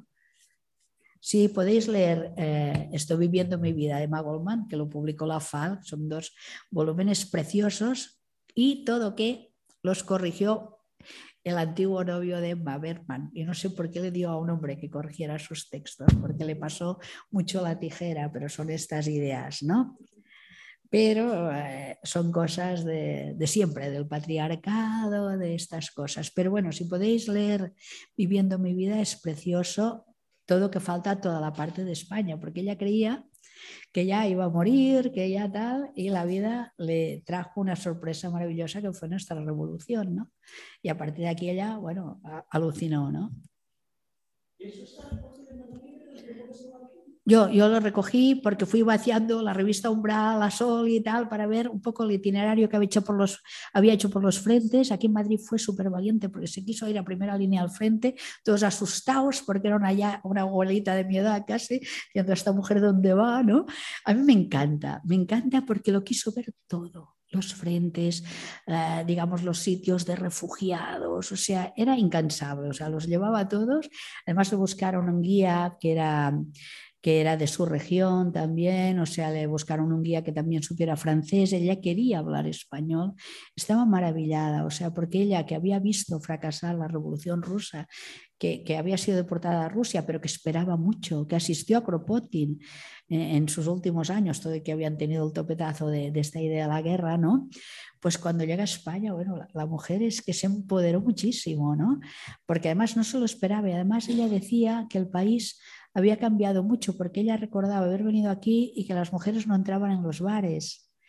Si podéis leer Estoy viviendo mi vida de Emma Goldman, que lo publicó la FAL, son 2 volúmenes preciosos, y todo que los corrigió el antiguo novio de Emma, Bergman, y no sé por qué le dio a un hombre que corrigiera sus textos, porque le pasó mucho la tijera, pero son estas ideas, ¿no? Pero son cosas de siempre, del patriarcado, de estas cosas. Pero bueno, si podéis leer Viviendo mi vida, es precioso. Todo que falta toda la parte de España, porque ella creía que ya iba a morir, que ya tal, y la vida le trajo una sorpresa maravillosa que fue nuestra revolución, ¿no? Y a partir de aquí ella, bueno, alucinó, ¿no? Yo lo recogí porque fui vaciando la revista Umbral, La Sol y tal, para ver un poco el itinerario que había hecho por los frentes. Aquí en Madrid fue súper valiente porque se quiso ir a primera línea al frente, todos asustados porque era una abuelita de mi edad casi, diciendo, ¿esta mujer dónde va? ¿No? A mí me encanta porque lo quiso ver todo. Los frentes, digamos, los sitios de refugiados, o sea, era incansable, o sea, los llevaba a todos. Además le buscaron un guía que era de su región también, o sea, le buscaron un guía que también supiera francés, ella quería hablar español, estaba maravillada, o sea, porque ella, que había visto fracasar la Revolución Rusa, que había sido deportada a Rusia, pero que esperaba mucho, que asistió a Kropotkin en sus últimos años, todo y que habían tenido el topetazo de esta idea de la guerra, ¿no? Pues cuando llega a España, bueno, la mujer es que se empoderó muchísimo, ¿no? Porque además no se lo esperaba, y además ella decía que el país había cambiado mucho, porque ella recordaba haber venido aquí y que las mujeres no entraban en los bares.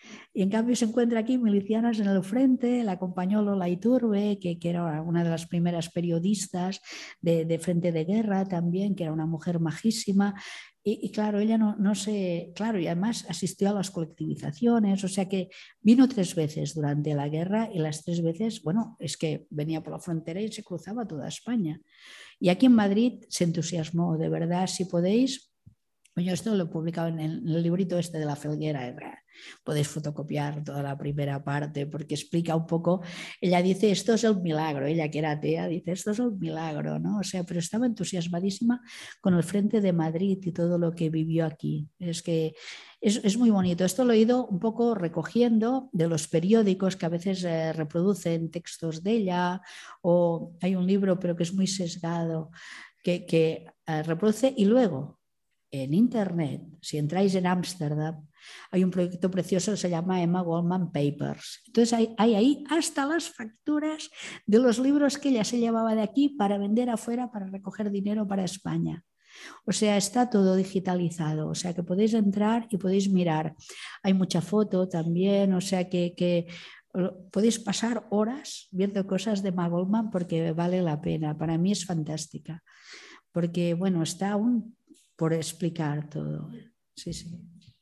Y en cambio se encuentra aquí milicianas en el frente, la acompañó Lola Iturbe, que era una de las primeras periodistas de Frente de Guerra también, que era una mujer majísima. Y claro, ella no se... Claro, y además asistió a las colectivizaciones, o sea que vino 3 veces durante la guerra y las 3 veces, bueno, es que venía por la frontera y se cruzaba toda España. Y aquí en Madrid se entusiasmó, de verdad, si podéis... Yo esto lo he publicado en el librito este de La Felguera. Podéis fotocopiar toda la primera parte porque explica un poco. Ella dice, esto es el milagro. Ella, que era atea, dice, esto es el milagro, ¿no? O sea, pero estaba entusiasmadísima con el Frente de Madrid y todo lo que vivió aquí. Es que es muy bonito. Esto lo he ido un poco recogiendo de los periódicos que a veces reproducen textos de ella, o hay un libro, pero que es muy sesgado, que reproduce, y luego en internet, si entráis en Ámsterdam, hay un proyecto precioso que se llama Emma Goldman Papers. Entonces hay ahí hasta las facturas de los libros que ella se llevaba de aquí para vender afuera, para recoger dinero para España. O sea, está todo digitalizado, o sea que podéis entrar y podéis mirar. Hay mucha foto también, o sea que podéis pasar horas viendo cosas de Emma Goldman porque vale la pena. Para mí es fantástica, porque bueno, está aún por explicar todo. Sí, sí.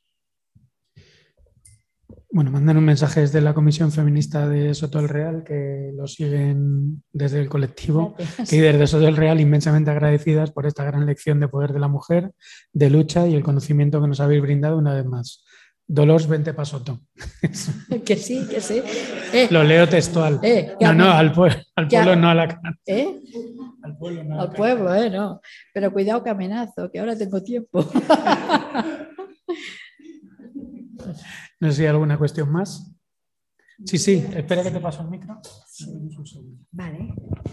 Bueno, mandan un mensaje desde la Comisión Feminista de Soto del Real, que lo siguen desde el colectivo, Gracias. que desde Soto del Real inmensamente agradecidas por esta gran lección de poder de la mujer, de lucha y el conocimiento que nos habéis brindado una vez más. Dolors, vente pa' Soto. Que sí, que sí. Lo leo textual. No, al pueblo no a la cara. Al pueblo no a la Al pueblo, no. Pero cuidado que amenazo, que ahora tengo tiempo. No sé si hay alguna cuestión más. Sí, espera que te paso el micro. Vale.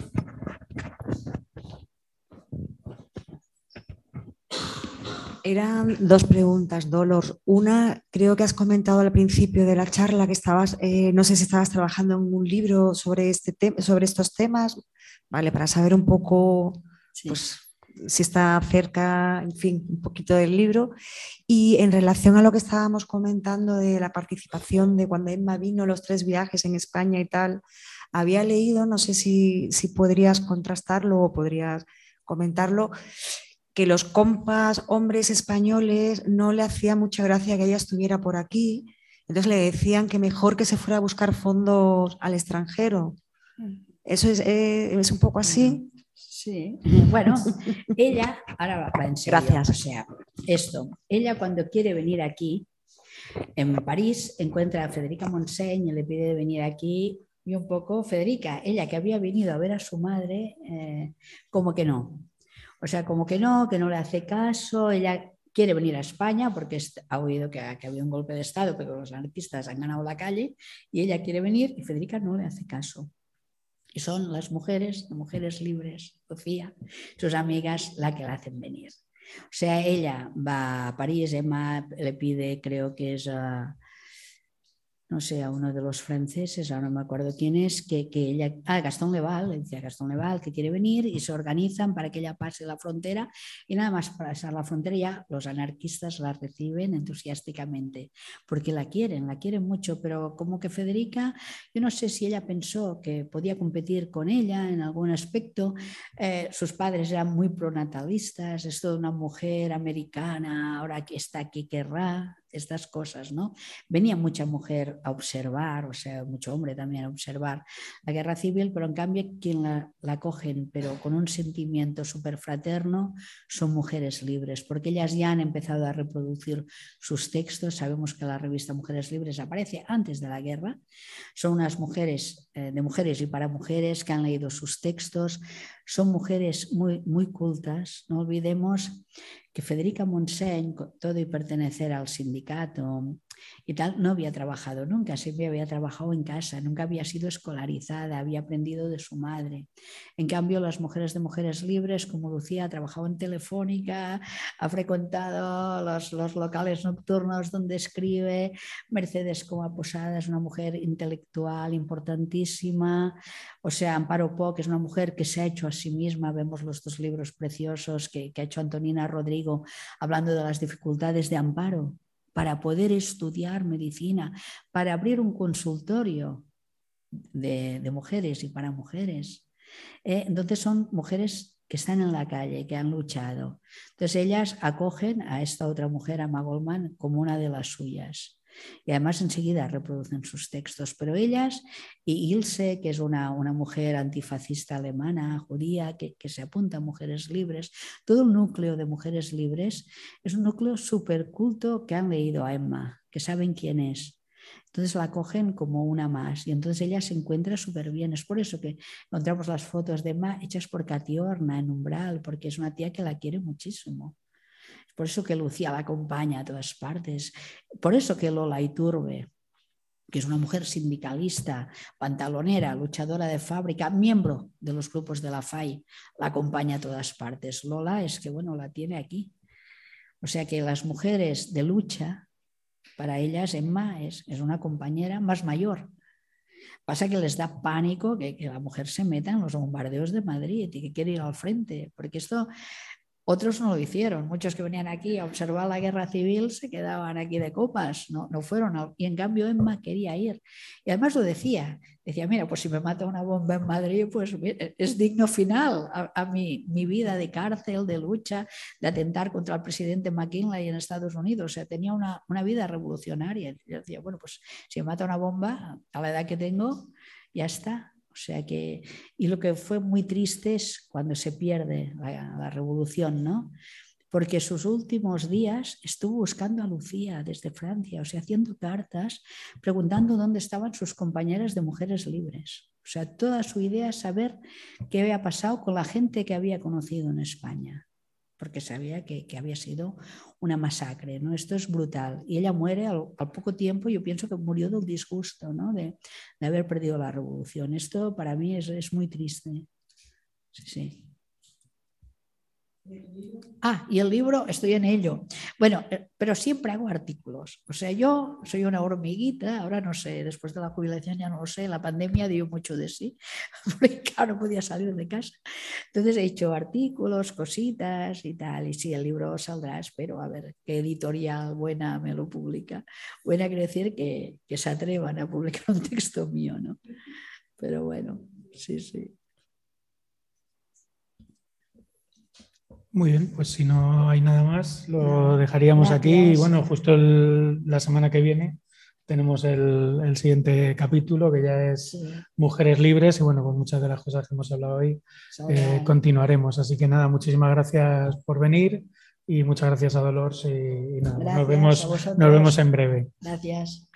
Eran 2 preguntas, Dolors. Una, creo que has comentado al principio de la charla que estabas, no sé si estabas trabajando en un libro sobre, sobre estos temas, vale, para saber un poco, Sí. pues, si está cerca, en fin, un poquito del libro. Y en relación a lo que estábamos comentando de la participación de cuando Emma vino, los 3 viajes en España y tal, había leído, no sé si podrías contrastarlo o podrías comentarlo, que los compas hombres españoles no le hacía mucha gracia que ella estuviera por aquí, entonces le decían que mejor que se fuera a buscar fondos al extranjero. ¿Eso es un poco así? Sí, bueno, ella, ahora va en serio. Gracias. O sea, ella cuando quiere venir aquí, en París, encuentra a Federica Montseny y le pide venir aquí, y un poco Federica, ella que había venido a ver a su madre, como que no. O sea, como que no le hace caso. Ella quiere venir a España porque ha oído que había un golpe de Estado, pero los anarquistas han ganado la calle, y ella quiere venir y Federica no le hace caso. Y son las mujeres libres, Sofía, sus amigas, las que la hacen venir. O sea, ella va a París, Emma le pide, creo que es no sé, a uno de los franceses, ahora no me acuerdo quién es, que ella, Gastón Leval, le dice a Gastón Leval que quiere venir, y se organizan para que ella pase la frontera, y nada más pasar la frontera ya los anarquistas la reciben entusiásticamente, porque la quieren mucho, pero como que Federica, yo no sé si ella pensó que podía competir con ella en algún aspecto. Sus padres eran muy pronatalistas, esto de una mujer americana, ahora que está aquí querrá, estas cosas, ¿no? Venía mucha mujer a observar, o sea, mucho hombre también a observar la guerra civil, pero en cambio quien la cogen, pero con un sentimiento súper fraterno, son mujeres libres, porque ellas ya han empezado a reproducir sus textos. Sabemos que la revista Mujeres Libres aparece antes de la guerra. Son unas mujeres de mujeres y para mujeres que han leído sus textos. Son mujeres muy, muy cultas. No olvidemos que Federica Montseny, con todo y pertenecer al sindicato y tal, no había trabajado nunca, siempre había trabajado en casa, nunca había sido escolarizada, había aprendido de su madre. En cambio, las mujeres de Mujeres Libres, como Lucía, ha trabajado en Telefónica, ha frecuentado los locales nocturnos donde escribe. Mercedes Coma Posada es una mujer intelectual importantísima. O sea, Amparo Poch es una mujer que se ha hecho a sí misma. Vemos los 2 libros preciosos que ha hecho Antonina Rodrigo hablando de las dificultades de Amparo para poder estudiar medicina, para abrir un consultorio de mujeres y para mujeres. Entonces son mujeres que están en la calle, que han luchado. Entonces ellas acogen a esta otra mujer, a Emma Goldman, como una de las suyas. Y además enseguida reproducen sus textos. Pero ellas, y Ilse, que es una mujer antifascista alemana, judía, que se apunta a Mujeres Libres, todo el núcleo de Mujeres Libres es un núcleo súper culto que han leído a Emma, que saben quién es. Entonces la cogen como una más y entonces ella se encuentra súper bien. Es por eso que encontramos las fotos de Emma hechas por Catiorna en Umbral, porque es una tía que la quiere muchísimo. Es por eso que Lucía la acompaña a todas partes. Por eso que Lola Iturbe, que es una mujer sindicalista, pantalonera, luchadora de fábrica, miembro de los grupos de la FAI, la acompaña a todas partes. Lola es que, bueno, la tiene aquí. O sea que las mujeres de lucha, para ellas Emma es una compañera más mayor. Pasa que les da pánico que la mujer se meta en los bombardeos de Madrid y que quiere ir al frente, porque esto otros no lo hicieron. Muchos que venían aquí a observar la guerra civil se quedaban aquí de copas, no fueron. Y en cambio Emma quería ir. Y además lo decía, mira, pues si me mata una bomba en Madrid, pues es digno final a mi vida de cárcel, de lucha, de atentar contra el presidente McKinley en Estados Unidos. O sea, tenía una vida revolucionaria. Yo decía, bueno, pues si me mata una bomba a la edad que tengo, ya está. O sea que, y lo que fue muy triste es cuando se pierde la revolución, ¿no? Porque sus últimos días estuvo buscando a Lucía desde Francia, o sea, haciendo cartas, preguntando dónde estaban sus compañeras de Mujeres Libres. O sea, toda su idea es saber qué había pasado con la gente que había conocido en España, porque sabía que había sido una masacre, ¿no? Esto es brutal. Y ella muere al poco tiempo, yo pienso que murió del disgusto, ¿no? de haber perdido la revolución. Esto para mí es muy triste. Sí. Y el libro, estoy en ello. Bueno, pero siempre hago artículos. O sea, yo soy una hormiguita, ahora no sé, después de la jubilación ya no lo sé, la pandemia dio mucho de sí, porque claro, no podía salir de casa. Entonces he hecho artículos, cositas y tal, y sí, el libro saldrá, espero, a ver qué editorial buena me lo publica. Buena quiere decir que se atrevan a publicar un texto mío, ¿no? Pero bueno, sí. Muy bien, pues si no hay nada más, lo dejaríamos aquí. Y bueno, justo la semana que viene tenemos el siguiente capítulo, que ya es Mujeres Libres. Y bueno, pues muchas de las cosas que hemos hablado hoy continuaremos. Así que nada, muchísimas gracias por venir y muchas gracias a Dolores. Y nada, nos vemos en breve. Gracias.